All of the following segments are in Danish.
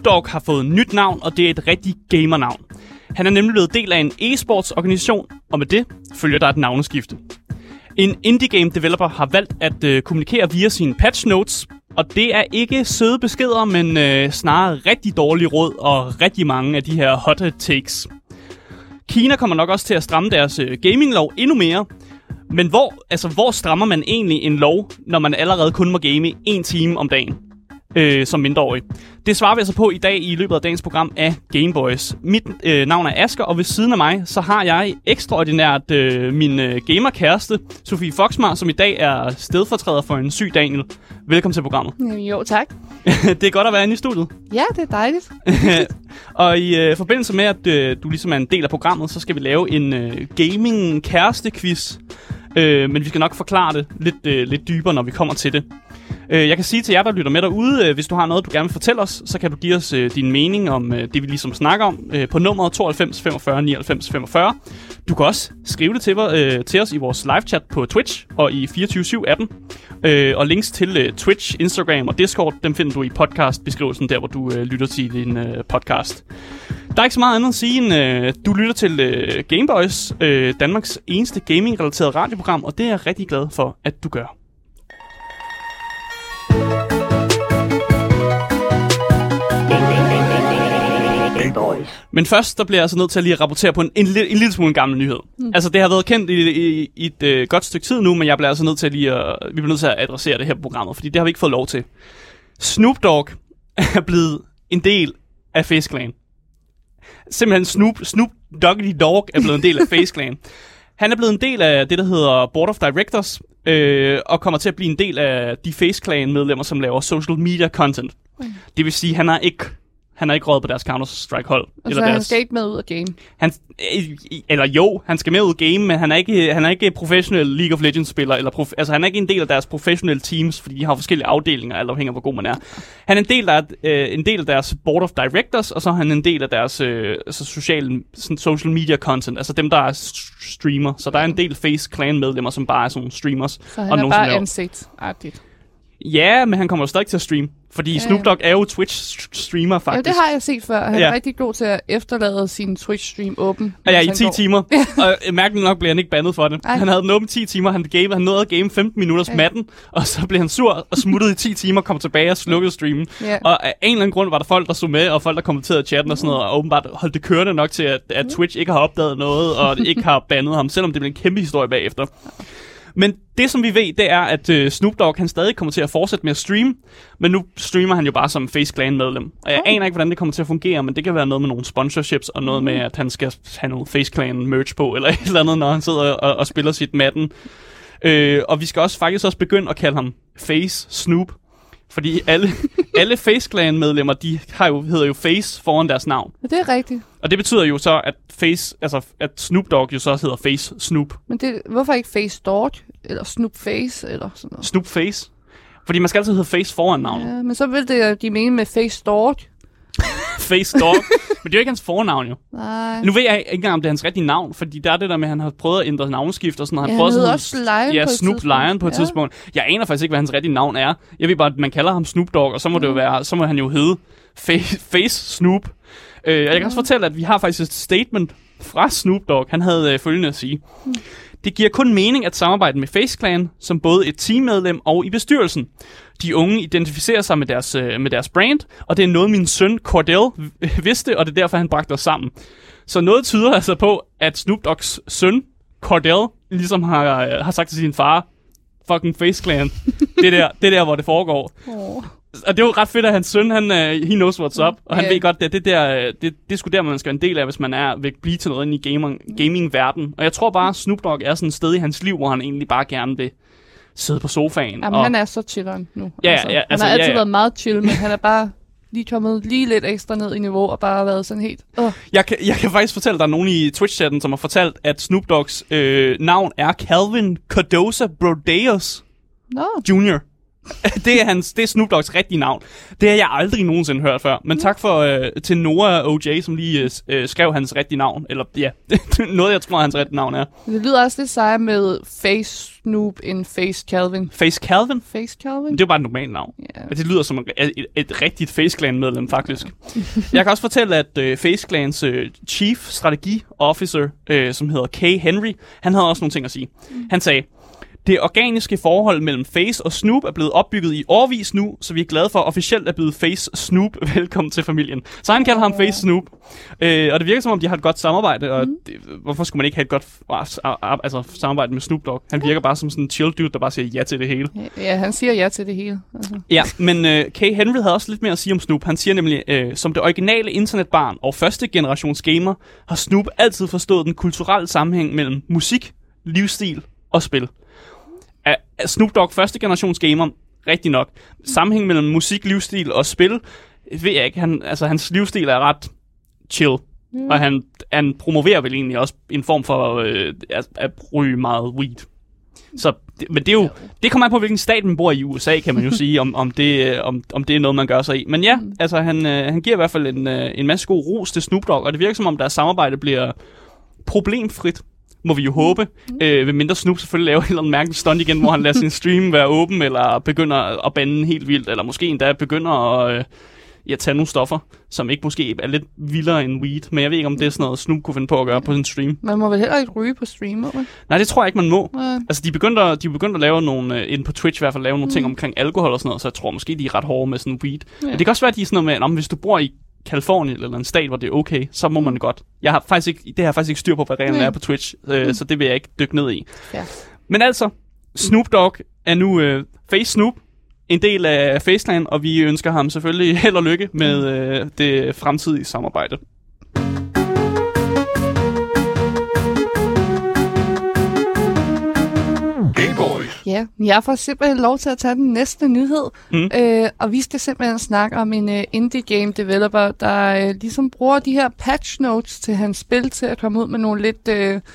Dogg har fået nyt navn, og det er et rigtig gamernavn. Han er nemlig blevet del af en e-sportsorganisation, og med det følger der et navneskifte. En indie game developer har valgt at kommunikere via sine patch notes, og det er ikke søde beskeder, men snarere rigtig dårlige råd og rigtig mange af de her hot takes. Kina kommer nok også til at stramme deres gaminglov endnu mere, men hvor strammer man egentlig en lov, når man allerede kun må game 1 time om dagen som mindreårig? Det svarer vi altså på i dag i løbet af dagens program af Gameboys. Mit navn er Asger, og ved siden af mig, så har jeg ekstraordinært min gamerkæreste, Sofie Foxmar, som i dag er stedfortræder for en syg Daniel. Velkommen til programmet. Jo, tak. Det er godt at være inde i studiet. Ja, det er dejligt. Og i forbindelse med, at du ligesom er en del af programmet, så skal vi lave en gaming-kæreste-quiz. Men vi skal nok forklare det lidt dybere, når vi kommer til det. Jeg kan sige til jer, der lytter med derude, hvis du har noget, du gerne vil fortælle os, så kan du give os din mening om det, vi ligesom snakker om, på nummeret 92 45 99 45. Du kan også skrive det til os i vores live-chat på Twitch og i 24/7-appen. Og links til Twitch, Instagram og Discord, dem finder du i podcast-beskrivelsen, der hvor du lytter til din podcast. Der er ikke så meget andet at sige, end du lytter til Gameboys, Danmarks eneste gaming-relateret radioprogram, og det er jeg rigtig glad for, at du gør. Men først, der bliver jeg altså nødt til at lige rapportere på en lille smule gammel nyhed. Altså, det har været kendt i et godt stykke tid nu, men jeg bliver altså nødt til vi bliver nødt til at adressere det her på programmet, fordi det har vi ikke fået lov til. Snoop Dogg er blevet en del af Face Clan. Simpelthen Snoop Doggity Dogg er blevet en del af Face Clan. Han er blevet en del af det, der hedder Board of Directors, og kommer til at blive en del af de Face Clan-medlemmer, som laver social media content. Det vil sige, at han er ikke røget på deres Counter-Strike-hold. Og så han skal ikke med ud af game? Han skal med ud af game, men han er ikke professionel League of Legends-spiller. Altså, han er ikke en del af deres professionelle teams, fordi de har forskellige afdelinger, alt afhængig af, hvor god man er. Han er en del af deres Board of Directors, og så er han en del af deres social media content. Altså dem, der er streamer. Så der er en del Face Clan-medlemmer, som bare er sådan streamers. Så han er bare ansigtsagtigt? Ja, men han kommer jo stadig til at streame. Fordi Snoop Dogg er jo Twitch-streamer, faktisk. Ja, det har jeg set før. Han er rigtig god til at efterlade sin Twitch-stream åben. Ja, i 10 timer. Og mærkeligt nok blev han ikke bandet for det. Ej. Han havde den åben 10 timer, han nåede at game 15 minutters matten, og så blev han sur og smuttede i 10 timer, kom tilbage og slukkede streamen. Og af en eller anden grund var der folk, der så med, og folk, der kommenterede chatten og sådan noget, og åbenbart holdt det kørende nok til, at Twitch ikke har opdaget noget, og ikke har bandet ham, selvom det blev en kæmpe historie bagefter. Men det, som vi ved, det er, at Snoop Dogg, han stadig kommer til at fortsætte med at streame, men nu streamer han jo bare som Face Clan-medlem. Og jeg aner ikke, hvordan det kommer til at fungere, men det kan være noget med nogle sponsorships, og noget med, at han skal have noget Face Clan-merch på, eller et eller andet, når han sidder og spiller sit Madden. Og vi skal faktisk også begynde at kalde ham Face Snoop, fordi alle Face Clan-medlemmer, de hedder jo Face foran deres navn. Ja, det er rigtigt. Og det betyder jo så, at Snoop Dogg jo så hedder Face Snoop. Men hvorfor ikke Face Dogg, eller Snoop Face, eller sådan noget? Snoop Face? Fordi man skal altid hedde Face foran navnet. Ja, men så vil det de mene med Face Dogg. Face Dogg. Men det er jo ikke hans fornavn, jo. Nej. Nu ved jeg ikke engang, om det er hans rigtige navn, fordi der er det der med, at han har prøvet at ændre navneskift og sådan noget. Han hedder også Lion på Snoop Lion på et tidspunkt. Jeg aner faktisk ikke, hvad hans rigtige navn er. Jeg ved bare, at man kalder ham Snoop Dogg, og så må det jo være, så må han jo hedde Face Snoop. Jeg kan også fortælle, at vi har faktisk et statement fra Snoop Dogg. Han havde følgende at sige. Det giver kun mening at samarbejde med Face Clan som både et teammedlem og i bestyrelsen. De unge identificerer sig med deres brand, og det er noget, min søn Cordell vidste, og det er derfor, han bragte os sammen. Så noget tyder altså på, at Snoop Doggs søn Cordell ligesom har sagt til sin far, fucking Face Clan, det er der, hvor det foregår. Og det er jo ret fedt, at hans søn, he knows what's up, og han ved godt, at det er sgu der, man skal være en del af, hvis man vil blive til noget inde i gaming-verden. Og jeg tror bare, at Snoop Dogg er sådan et sted i hans liv, hvor han egentlig bare gerne vil sidde på sofaen. Jamen, han er så chilleren nu. Ja, han har altid været meget chill, men han er bare lige kommet lige lidt ekstra ned i niveau, og bare været sådan helt... Jeg kan faktisk fortælle, at der er nogen i Twitch-chatten, som har fortalt, at Snoop Doggs navn er Calvin Cardoza Brodeus Jr. Det er Snoop Dogg's rigtige navn. Det har jeg aldrig nogensinde hørt før. Men tak til Noah OJ, som lige skrev hans rigtige navn. Eller ja, noget jeg tror, hans rigtige navn er. Det lyder også lidt sejere med Face Snoop end Face Calvin. Face Calvin? Face Calvin? Det er jo bare et normalt navn. Yeah. Det lyder som et rigtigt Face Clan-medlem, faktisk. Jeg kan også fortælle, at Face Clans Chief Strategi Officer, som hedder Kay Henry, han havde også nogle ting at sige. Han sagde: det organiske forhold mellem Face og Snoop er blevet opbygget i årevis nu, så vi er glade for officielt at byde Face Snoop velkommen til familien. Så han kalder ham Face Snoop. Og det virker som om, de har et godt samarbejde, og hvorfor skulle man ikke have et godt samarbejde med Snoop Dogg? Han virker bare som sådan en chill dude, der bare siger ja til det hele. Ja, han siger ja til det hele. Altså. Ja, men Kay Henry havde også lidt mere at sige om Snoop. Han siger nemlig, som det originale internetbarn og første generations gamer, har Snoop altid forstået den kulturelle sammenhæng mellem musik, livsstil og spil. Snoop Dogg, første generations gamer, rigtig nok. Sammenhæng mellem musik, livsstil og spil, ved jeg ikke. Hans livsstil er ret chill. Og han promoverer vel egentlig også en form for at ryge meget weed. Så, men det er jo, det kommer an på, hvilken stat man bor i USA, kan man jo sige, om det er noget, man gør sig i. Men ja, altså han giver i hvert fald en masse god ros til Snoop Dogg, og det virker som om, deres samarbejde bliver problemfrit. Må vi jo håbe. Ved mindre Snoop selvfølgelig laver et eller andet mærkeligt stunt igen, hvor han lader sin stream være åben, eller begynder at bande helt vildt, eller måske endda begynder at tage nogle stoffer, som ikke måske er lidt vildere end weed. Men jeg ved ikke, om det er sådan noget, Snoop kunne finde på at gøre på sin stream. Man må vel heller ikke ryge på stream, eller? Nej, det tror jeg ikke, man må. Altså, de begyndte at lave nogle, inden på Twitch i hvert fald, lave nogle ting omkring alkohol og sådan noget, så jeg tror måske, de er ret hårde med sådan weed. Ja. Det kan også være, at de er sådan noget med, hvis du bor i Californien eller en stat, hvor det er okay, så må man godt. Det har jeg faktisk ikke styr på, hvad reglerne er på Twitch, så det vil jeg ikke dykke ned i. Ja. Men altså, Snoop Dogg er nu Face Snoop, en del af Face Clan, og vi ønsker ham selvfølgelig held og lykke med det fremtidige samarbejde. Ja, jeg får simpelthen lov til at tage den næste nyhed, og vi skal simpelthen snakke om en indie game developer, der ligesom bruger de her patch notes til hans spil til at komme ud med nogle lidt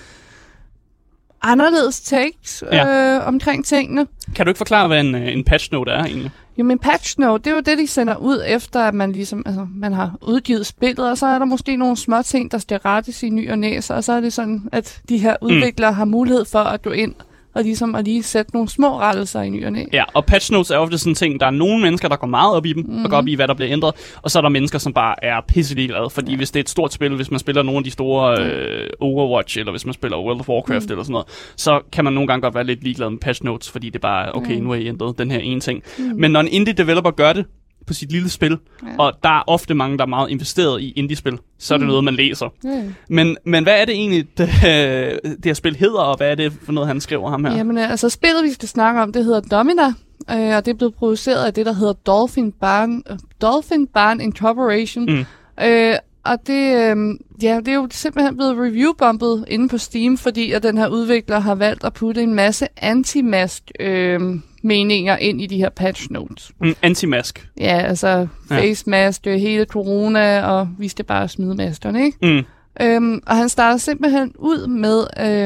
anderledes takes omkring tingene. Kan du ikke forklare, hvad en patch note er egentlig? Jo, men patch note, det er jo det, de sender ud efter, at man ligesom, man har udgivet spillet, og så er der måske nogle små ting, der skal rettes i ny og næ, og så er det sådan, at de her udviklere har mulighed for at gå ind og ligesom at lige sætte nogle små rettelser i ny og næ. Ja, og patch notes er ofte sådan ting, der er nogle mennesker, der går meget op i dem, og går op i, hvad der bliver ændret, og så er der mennesker, som bare er pisseligeglade, fordi hvis det er et stort spil, hvis man spiller nogle af de store Overwatch, eller hvis man spiller World of Warcraft eller sådan noget, så kan man nogle gange godt være lidt ligeglad med patch notes, fordi det bare er, okay, nu har I ændret den her ene ting. Men når en indie developer gør det på sit lille spil, og der er ofte mange, der er meget investeret i indie-spil, så er det noget, man læser. Men hvad er det egentlig, det her spil hedder, og hvad er det for noget, han skriver ham her? Jamen, altså spillet, vi skal snakke om, det hedder Domina, og det er blevet produceret af det, der hedder Dolphin Barn Incorporation. Og det er jo simpelthen blevet review-bumpet inde på Steam, fordi at den her udvikler har valgt at putte en masse anti-mask meninger ind i de her patch notes. Anti-mask? Ja, altså face mask, hele corona, og vi skal bare smide maskerne, ikke? Og han starter simpelthen ud med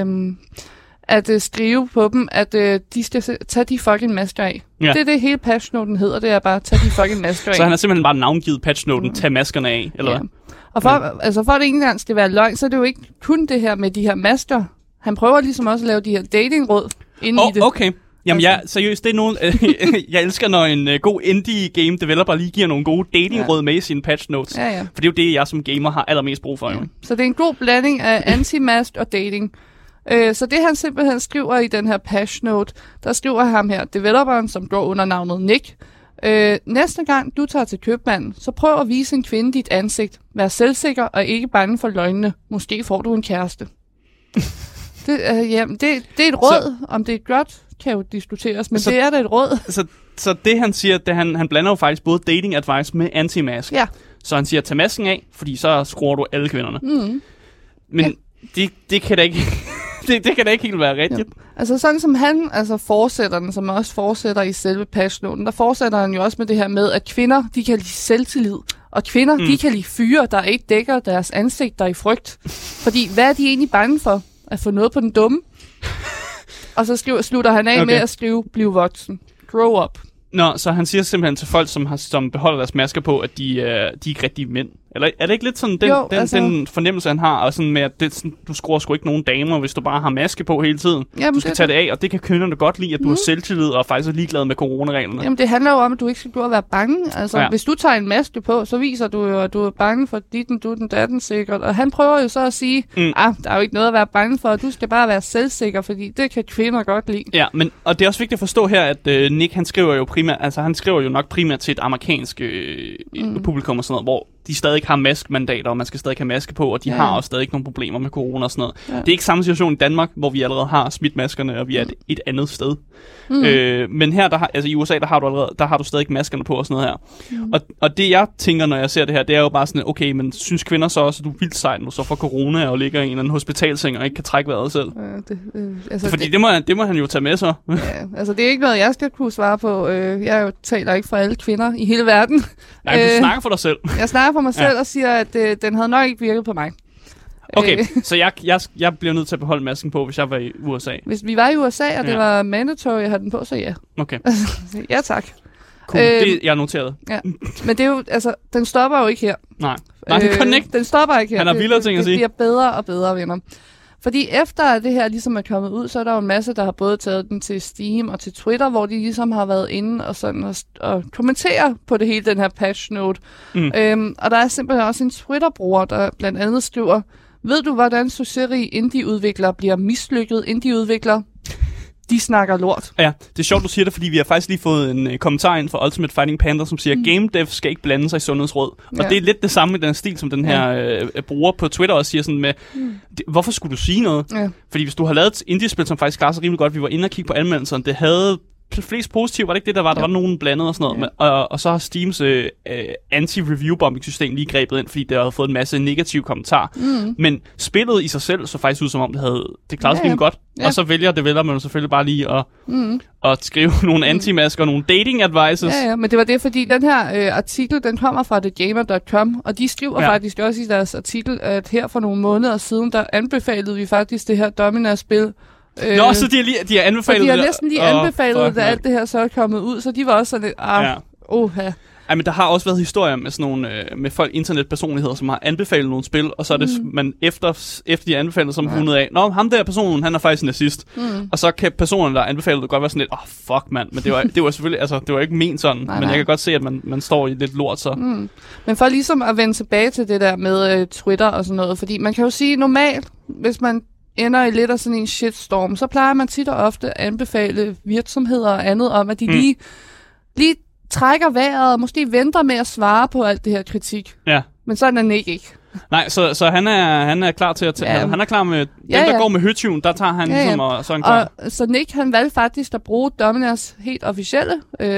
at skrive på dem, at de skal tage de fucking masker af. Ja. Det er det hele patchnoten hedder, det er bare tage de fucking masker af. Så han har simpelthen bare navngivet patchnoten, tag maskerne af, eller hvad? Og for at det ikke engang skal være løgn, så er det jo ikke kun det her med de her masker. Han prøver ligesom også at lave de her datingråd inde i det. Okay. Jamen seriøst, det er nogen... jeg elsker, når en god indie game developer lige giver nogle gode datingråd med i sine patch notes. Ja. For det er jo det, jeg som gamer har allermest brug for. Ja. Så det er en god blanding af anti-mask og dating. Så det han simpelthen skriver i den her patch note, der skriver ham her, developeren, som går under navnet Nick. Næste gang du tager til købmanden, så prøv at vise en kvinde dit ansigt. Vær selvsikker og ikke bange for løgnene. Måske får du en kæreste. Det er et råd. Om det er godt, kan jo diskuteres, men det er da et råd. Så det han siger, han blander jo faktisk både dating advice med anti-mask. Ja. Så han siger, tag masken af, fordi så skruer du alle kvinderne. Men det kan da ikke... Det kan da ikke helt være rigtigt. Ja. Altså sådan som han fortsætter den, som også fortsætter i selve patchnoten, der fortsætter han jo også med det her med, at kvinder, de kan lide selvtillid. Og kvinder, de kan lide fyre, der ikke dækker deres ansigter i frygt. Fordi hvad er de egentlig bange for? At få noget på den dumme? Og så slutter han af med at skrive, bliv voksen. Grow up. Nå, så han siger simpelthen til folk, som beholder deres masker på, at de er ikke rigtige mænd. Eller er det ikke lidt sådan den fornemmelse, han har, og sådan med, at det, sådan, du skruer sgu ikke nogen damer, hvis du bare har maske på hele tiden. Jamen, du skal tage det af, og det kan kvinderne godt lide, at du har selvtillid og faktisk er ligeglad med coronareglerne. Jamen, det handler jo om, at du ikke skal gå og være bange. Altså, hvis du tager en maske på, så viser du jo, at du er bange for ditten, dutten, datten sikkert. Og han prøver jo så at sige, der er jo ikke noget at være bange for, du skal bare være selvsikker, fordi det kan kvinder godt lide. Ja, og det er også vigtigt at forstå her, at Nick, han skriver jo nok primært til et amerikansk publikum og sådan noget, hvor de stadig har maskmandater, og man skal stadig have maske på, og de har også stadig ikke nogen problemer med corona og sådan noget. Ja. Det er ikke samme situation i Danmark, hvor vi allerede har smidt maskerne, og vi er et andet sted. Men her, i USA, der har du stadig maskerne på og sådan noget her. Og det jeg tænker, når jeg ser det her, det er jo bare sådan, okay, men synes kvinder så også, at du er vildt sejt, når du så får corona og ligger i en eller anden hospitalseng og ikke kan trække vejret selv? Fordi det må han jo tage med sig. Altså det er ikke noget, jeg skal kunne svare på. Jeg taler ikke for alle kvinder i hele verden. Nej, du snakker for dig selv. Jeg snakker for mig selv og siger, at den havde nok ikke virket på mig. Okay, så jeg bliver nødt til at beholde masken på, hvis jeg var i USA. Hvis vi var i USA, og det var mandatory at have den på, så ja. Okay. Ja, tak. Cool, det jeg noteret. Ja. Men det er jo, altså, den stopper jo ikke her. Nej, det gør den ikke. Den stopper ikke her. Han har vildere ting at sige. Det bliver bedre og bedre, venner. Fordi efter at det her ligesom er kommet ud, så er der jo en masse, der har både taget den til Steam og til Twitter, hvor de ligesom har været inde og sådan og kommentere på det hele, den her patch note. Og der er simpelthen også en Twitter-bruger, der blandt andet skriver, ved du, hvordan succesrige indie-udviklere bliver mislykket indie-udviklere? De snakker lort. Ja, det er sjovt, du siger det, fordi vi har faktisk lige fået en kommentar ind fra Ultimate Fighting Panda, som siger, game dev skal ikke blande sig i sundhedsråd. Og det er lidt det samme i den stil, som den her bruger på Twitter også siger sådan med, hvorfor skulle du sige noget? Ja. Fordi hvis du har lavet et indie-spil, som faktisk klarer sig rimelig godt, vi var inde og kigge på anmeldelserne, det havde flest positive, var det ikke det, der var? Der var nogen blandet og sådan noget. Og så har Steams anti-review-bombing-system lige grebet ind, fordi det havde fået en masse negative kommentarer. Men spillet i sig selv så faktisk ud, som om det klarede sig rimelig godt. Ja. Og så vælger man selvfølgelig bare lige at skrive nogle anti-masker og nogle dating-advices. Ja, men det var det, fordi den her artikel, den kommer fra thegamer.com, og de skriver faktisk også i deres artikel, at her for nogle måneder siden, der anbefalede vi faktisk det her Dominar-spil. Nå, så de har anbefalet det. De har næsten lige anbefalet, da alt det her så er kommet ud, så de var også sådan lidt, Ej, men der har også været historier med sådan nogle med folk, internetpersonligheder, som har anbefalet nogle spil, og så er det man efter de anbefalede, som fundet af, nå, ham der personen, han er faktisk nazist. Og så kan personen, der anbefalede det, godt være sådan lidt, fuck mand, men det var selvfølgelig, altså, det var ikke ment sådan, men jeg kan godt se, at man står i lidt lort, så. Men for ligesom at vende tilbage til det der med Twitter og sådan noget, fordi man kan jo sige normalt, hvis man ender i lidt af sådan en shitstorm, så plejer man tit og ofte at anbefale virksomheder og andet om, at de lige trækker vejret og måske venter med at svare på alt det her kritik. Ja. Men sådan er Nick ikke. Nej, så han er klar til at han er klar med dem, der går med høtyven, der tager han ligesom og så er han klar. Og så Nick, han valgte faktisk at bruge Dominars helt officielle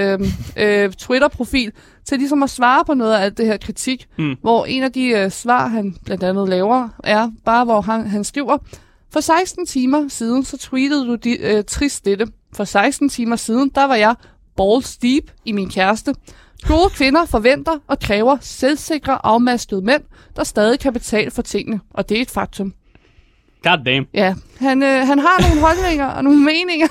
Twitter-profil til ligesom at svare på noget af alt det her kritik, hvor en af de svar, han blandt andet laver, er bare, hvor han skriver, for 16 timer siden, så tweetede du trist dette. For 16 timer siden, der var jeg balls deep i min kæreste. Gode kvinder forventer og kræver selvsikre, afmaskede mænd, der stadig kan betale for tingene. Og det er et faktum. God damn. Ja, han har nogle holdninger og nogle meninger,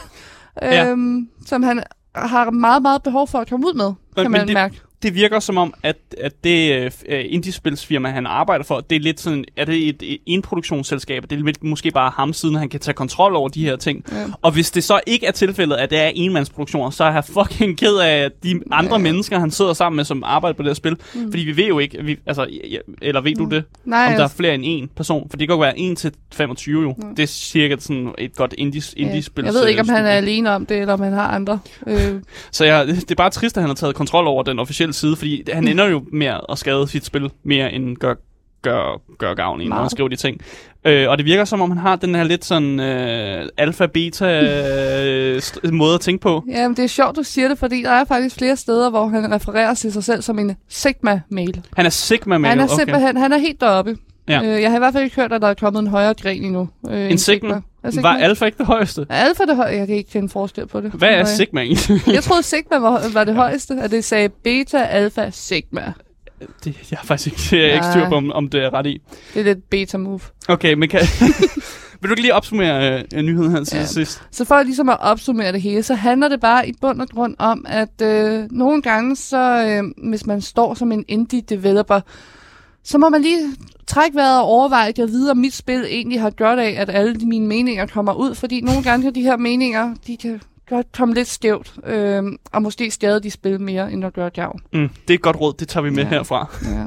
som han har meget, meget behov for at komme ud med, kan man mærke. Det virker som om, at det indie-spilsfirma, han arbejder for, det er lidt sådan, er det et enproduktionsselskab, det er måske bare ham, siden han kan tage kontrol over de her ting. Ja. Og hvis det så ikke er tilfældet, at det er enmandsproduktioner, så er jeg fucking ked af de andre mennesker, han sidder sammen med, som arbejder på det her spil. Fordi vi ved jo ikke, eller ved du det? Nej, om der er flere end en person. For det kan jo være 1 til 25 jo. Det er cirka sådan et godt indie-spil. Jeg ved ikke, om han er alene om det, eller om han har andre. Så det er bare trist, at han har taget kontrol over den officielle side, fordi han ender jo med at skade sit spil mere end gør gavn i, når han skriver de ting. Og det virker som om han har den her lidt sådan alfa-beta måde at tænke på. Ja, men det er sjovt, du siger det, fordi der er faktisk flere steder, hvor han refererer til sig selv som en Sigma-mail. Han er Sigma-mail, Han er simpelthen, han er helt deroppe. Ja. Jeg har i hvert fald ikke hørt, at der er kommet en højere gren endnu. En Sigma? Var alfa ikke det højeste? Alfa det højeste? Jeg kan ikke kende forskel på det. Hvad er Sigma egentlig? Jeg troede Sigma var det højeste, at det sagde beta, alfa, Sigma. Jeg har faktisk ikke styr på, om det er ret i. Det er lidt beta-move. Okay, men Vil du ikke lige opsummere nyheden her til sidst? Så for ligesom at opsummere det hele, så handler det bare i bund og grund om, at nogle gange, så hvis man står som en indie-developer, så må man lige trække vejret og overveje, at jeg ved, om mit spil egentlig har godt af, at alle mine meninger kommer ud. Fordi nogle gange kan de her meninger, de kan godt komme lidt skævt, og måske skade de spil mere, end at gøre gavn. Det er et godt råd, det tager vi med herfra. Ja.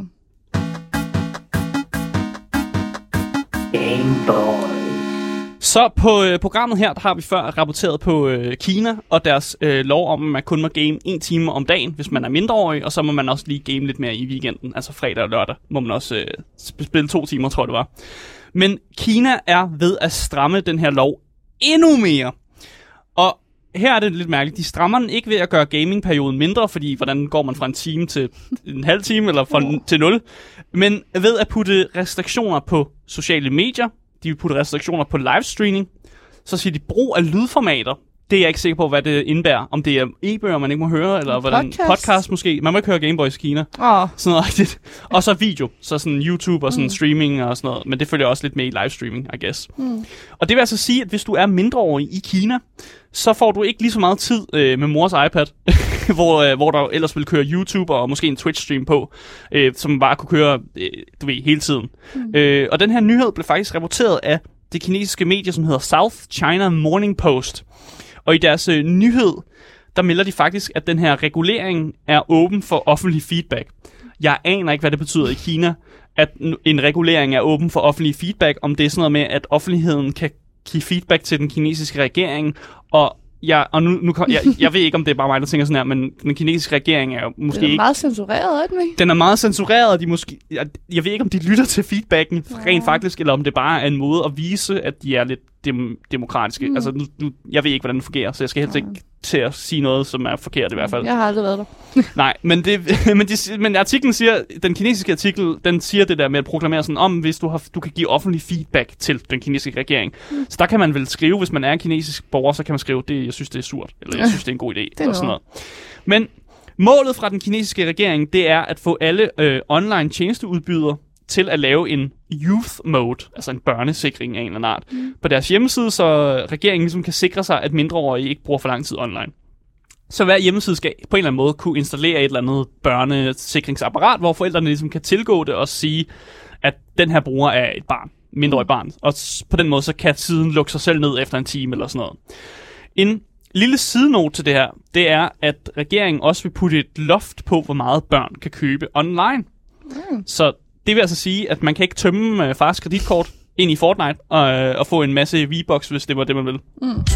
Så på programmet her, der har vi før rapporteret på Kina og deres lov om, at man kun må game 1 time om dagen, hvis man er mindreårig, og så må man også lige game lidt mere i weekenden, altså fredag og lørdag, må man også spille 2 timer, tror jeg det var. Men Kina er ved at stramme den her lov endnu mere. Og her er det lidt mærkeligt. De strammer den ikke ved at gøre gamingperioden mindre, fordi hvordan går man fra en time til en halv time, eller til 0, men ved at putte restriktioner på sociale medier. De vil putte restriktioner på livestreaming. Så siger de brug af lydformater. Det er jeg ikke sikker på, hvad det indebærer. Om det er e-bøger, man ikke må høre, eller hvordan podcast måske. Man må ikke høre Gameboys i Kina. Sådan noget rigtigt. Og så video. Så sådan YouTube og sådan streaming og sådan noget. Men det følger også lidt med i livestreaming, I guess. Og det vil altså sige, at hvis du er mindreårig i Kina, så får du ikke lige så meget tid med mors iPad, hvor der ellers vil køre YouTube og måske en Twitch-stream på, som bare kunne køre, du ved, hele tiden. Og den her nyhed blev faktisk rapporteret af det kinesiske medie, som hedder South China Morning Post. Og i deres nyhed, der melder de faktisk, at den her regulering er åben for offentlig feedback. Jeg aner ikke, hvad det betyder i Kina, at en regulering er åben for offentlig feedback, om det er sådan noget med, at offentligheden kan give feedback til den kinesiske regering, og jeg ved ikke, om det er bare mig, der tænker sådan her, men den kinesiske regering er jo måske ikke... Den er meget censureret, er den ikke? Den er meget censureret, og de måske... Jeg ved ikke, om de lytter til feedbacken rent faktisk, eller om det bare er en måde at vise, at de er lidt demokratiske. Altså, jeg ved ikke, hvordan det fungerer, så jeg skal helst ikke til at sige noget, som er forkert i hvert fald. Jeg har aldrig været der. Nej, men artiklen siger, den kinesiske artikel, den siger det der med at proklamere sådan, hvis du kan give offentlig feedback til den kinesiske regering. Så der kan man vel skrive, hvis man er en kinesisk borger, så kan man skrive, jeg synes, det er surt, eller jeg synes, det er en god idé, og sådan noget. Men målet fra den kinesiske regering, det er at få alle online tjenesteudbydere til at lave en youth mode, altså en børnesikring af en eller anden art, på deres hjemmeside, så regeringen ligesom kan sikre sig, at mindreårige ikke bruger for lang tid online. Så hver hjemmeside skal på en eller anden måde kunne installere et eller andet børnesikringsapparat, hvor forældrene ligesom kan tilgå det og sige, at den her bruger er et barn, mindreårig barn. Og på den måde, så kan siden lukke sig selv ned efter en time eller sådan noget. En lille sidenote til det her, det er, at regeringen også vil putte et loft på, hvor meget børn kan købe online. Så det vil altså sige, at man kan ikke tømme fars kreditkort ind i Fortnite og få en masse V-Bucks, hvis det var det, man vil.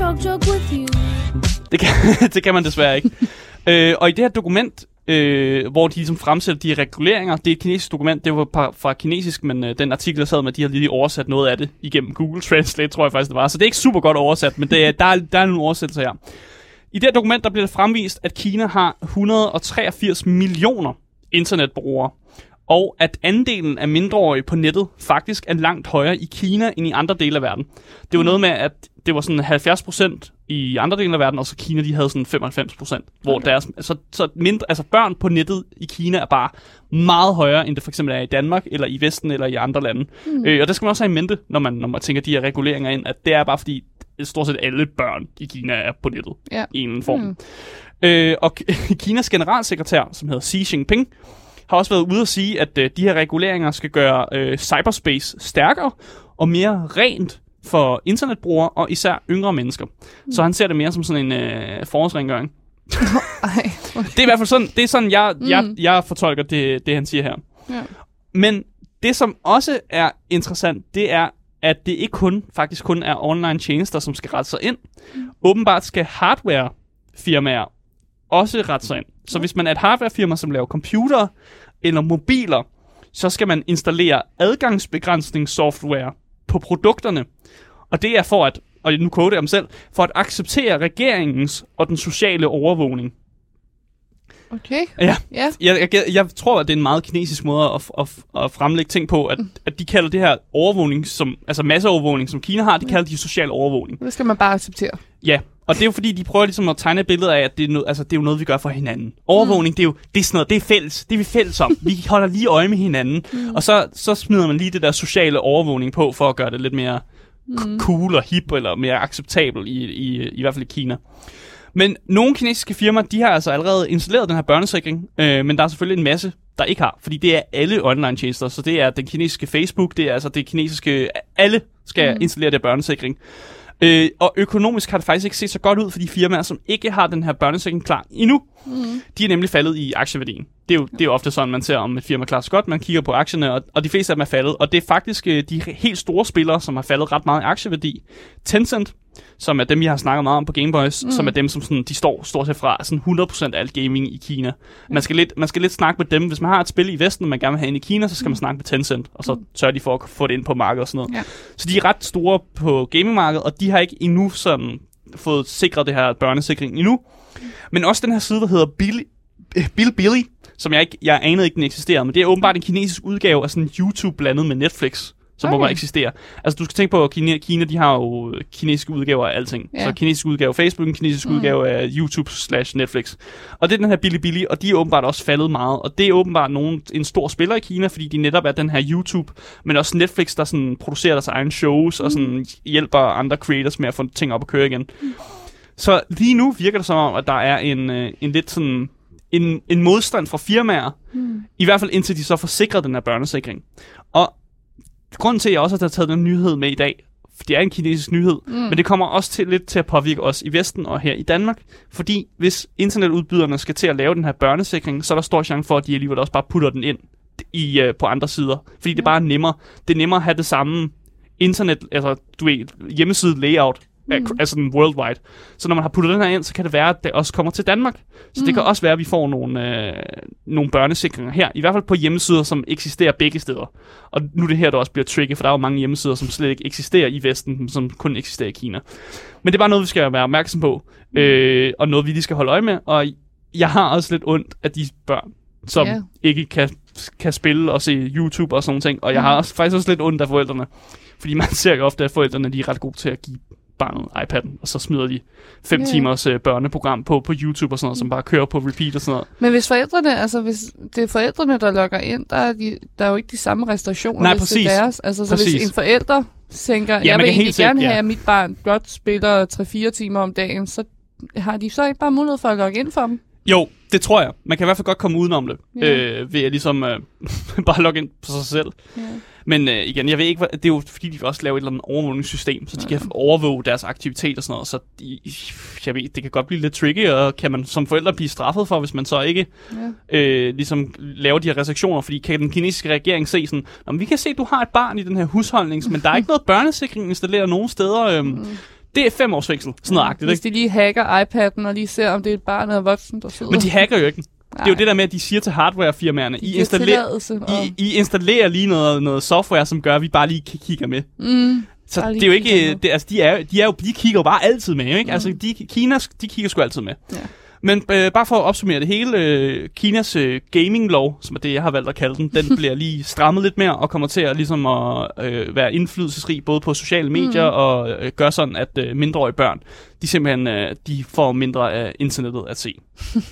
Det kan man desværre ikke. Og i det her dokument, hvor de ligesom fremsætter de reguleringer, det er et kinesisk dokument, det var fra kinesisk, men den artikel, jeg sad med, de har lige oversat noget af det igennem Google Translate, tror jeg faktisk, det var. Så det er ikke super godt oversat, men der er nogle oversættelser her. I det her dokument, der bliver det fremvist, at Kina har 183 millioner internetbrugere, og at andelen af mindreårige på nettet faktisk er langt højere i Kina end i andre dele af verden. Det var noget med, at det var sådan 70% i andre dele af verden, og så Kina, de havde sådan 95%. Hvor deres, altså børn på nettet i Kina er bare meget højere, end det for eksempel er i Danmark, eller i Vesten, eller i andre lande. Og det skal man også have i mente, når man tænker de her reguleringer ind, at det er bare fordi, stort set alle børn i Kina er på nettet i en eller anden form. Og Kinas generalsekretær, som hedder Xi Jinping, har også været ude at sige, at de her reguleringer skal gøre cyberspace stærkere og mere rent for internetbrugere og især yngre mennesker. Så han ser det mere som sådan en forårsrengøring. Det er i hvert fald sådan, det er sådan jeg fortolker det han siger her. Ja. Men det som også er interessant, det er, at det ikke faktisk kun er online tjenester, som skal rette sig ind. Åbenbart skal hardwarefirmaer også rette sig ind. Så hvis man er et hardwarefirma, som laver computere eller mobiler, så skal man installere adgangsbegrænsningssoftware på produkterne. Og det er for at, og nu quoter jeg dem selv, for at acceptere regeringens og den sociale overvågning. Okay. Ja. Jeg tror, at det er en meget kinesisk måde at fremlægge ting på, at de kalder det her overvågning, altså masseovervågning, som Kina har, de kalder de social overvågning. Det skal man bare acceptere. Ja, og det er jo fordi, de prøver ligesom at tegne et billede af, at det er jo noget, vi gør for hinanden. Overvågning, det er sådan noget, det er fælles, det er vi fælles om. Vi holder lige øje med hinanden, og så smider man lige det der sociale overvågning på, for at gøre det lidt mere cool og hip, eller mere acceptabel, i hvert fald i Kina. Men nogle kinesiske firmaer, de har altså allerede installeret den her børnesikring, men der er selvfølgelig en masse, der ikke har, fordi det er alle online-tjenester, så det er den kinesiske Facebook, det er altså det kinesiske, alle skal installere det børnesikring. Og økonomisk har det faktisk ikke set så godt ud for de firmaer, som ikke har den her børnesikring klar endnu. De er nemlig faldet i aktieværdien. Det er jo ofte sådan, man ser, om et firma klarer sig godt. Man kigger på aktierne, og de fleste af dem er faldet. Og det er faktisk de helt store spillere, som har faldet ret meget i aktieværdi. Tencent, som er dem, vi har snakket meget om på Gameboys, som er dem, som sådan, de står stort set fra sådan 100% af alt gaming i Kina. Man skal lidt snakke med dem. Hvis man har et spil i Vesten, og man gerne vil have ind i Kina, så skal man snakke med Tencent, og så sørger de for at få det ind på markedet og sådan noget. Ja. Så de er ret store på gamingmarkedet, og de har ikke endnu sådan fået sikret det her børnesikring endnu. Men også den her side, der hedder Bilibili, som jeg anede ikke, den eksisterer, men det er åbenbart en kinesisk udgave af sådan YouTube blandet med Netflix, som bare eksisterer. Altså, du skal tænke på, at Kina, de har jo kinesiske udgaver af alting. Ja. Så kinesisk udgave af Facebook, en kinesisk udgave af YouTube/Netflix. Og det er den her Bilibili, og de er åbenbart også faldet meget. Og det er åbenbart en stor spiller i Kina, fordi de netop er den her YouTube, men også Netflix, der sådan producerer deres egne shows, og sådan hjælper andre creators med at få ting op at køre igen. Så lige nu virker det som om, at der er en lidt sådan en modstand fra firmaer, i hvert fald indtil de så får sikret den her børnesikring. Og grunden til, at jeg også har taget den nyhed med i dag, for det er en kinesisk nyhed, men det kommer også lidt til at påvirke os i Vesten og her i Danmark, fordi hvis internetudbyderne skal til at lave den her børnesikring, så er der stor chance for, at de alligevel også bare putter den ind på andre sider, fordi det er bare nemmere. Det er nemmere at have det samme internet, altså du ved, hjemmeside layout, altså den worldwide. Så når man har puttet den her ind, så kan det være, at det også kommer til Danmark. Så det kan også være, at vi får nogle børnesikringer her. I hvert fald på hjemmesider, som eksisterer begge steder. Og nu er det her, der også bliver tricky, for der er jo mange hjemmesider, som slet ikke eksisterer i Vesten, som kun eksisterer i Kina. Men det er bare noget, vi skal være opmærksom på. Og noget, vi lige skal holde øje med. Og jeg har også lidt ondt af de børn, som ikke kan spille og se YouTube og sådan noget ting. Og jeg har faktisk også lidt ondt af forældrene. Fordi man ser jo ofte, at forældrene de er ret gode til at give barnet iPad'en, og så smider de 5 timers børneprogram på YouTube og sådan noget, som bare kører på repeat og sådan noget. Men hvis det er forældrene, der logger ind, der er jo ikke de samme restriktioner. Nej, præcis. Det er deres. Altså, så hvis en forælder tænker, jeg vil egentlig gerne have, at mit barn godt spiller 3-4 timer om dagen, så har de så ikke bare mulighed for at logge ind for dem? Jo, det tror jeg. Man kan i hvert fald godt komme udenom det, ved at ligesom bare logge ind på sig selv. Ja. Men igen, jeg ved ikke, det er jo fordi, de vil også lave et eller andet overvågningssystem, så de kan overvåge deres aktivitet og sådan noget, så jeg ved, det kan godt blive lidt tricky, og kan man som forældre blive straffet for, hvis man så ikke ligesom laver de her restriktioner, fordi kan den kinesiske regering se sådan, vi kan se, at du har et barn i den her husholdning, men der er ikke noget børnesikring installeret nogen steder, det er 5 års fængsel, sådan noget agtigt. Hvis de lige hacker iPad'en og lige ser, om det er et barn eller voksen, der sidder. Men de hacker jo ikke. Det er jo det der med, at de siger til hardwarefirmaerne, I installerer lige noget software, som gør, at vi bare lige kigger med. Så det er jo ikke, de kigger jo bare altid med, ikke? Altså, Kina, de kigger sgu altid med. Ja. Men bare for at opsummere det hele, Kinas gaming-lov, som er det, jeg har valgt at kalde den bliver lige strammet lidt mere, og kommer til at, ligesom at være indflydelsesrig både på sociale medier, og gør sådan, at mindreårige børn, de simpelthen de får mindre af internettet at se.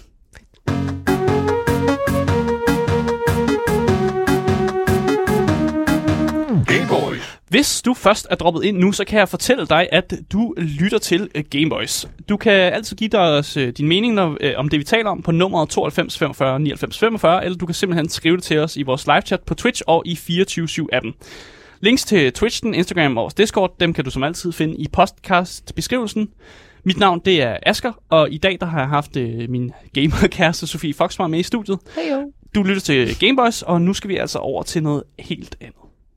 Hvis du først er droppet ind nu, så kan jeg fortælle dig, at du lytter til Gameboys. Du kan altid give os din mening om det, vi taler om på nummeret 92 45 99 45, eller du kan simpelthen skrive det til os i vores live-chat på Twitch og i 24/7-appen. Links til Twitchen, Instagram og vores Discord, dem kan du som altid finde i podcast-beskrivelsen. Mit navn, det er Asger, og i dag der har jeg haft min gamerkæreste Sofie Foxmar med i studiet. Heyo. Du lytter til Gameboys, og nu skal vi altså over til noget helt andet.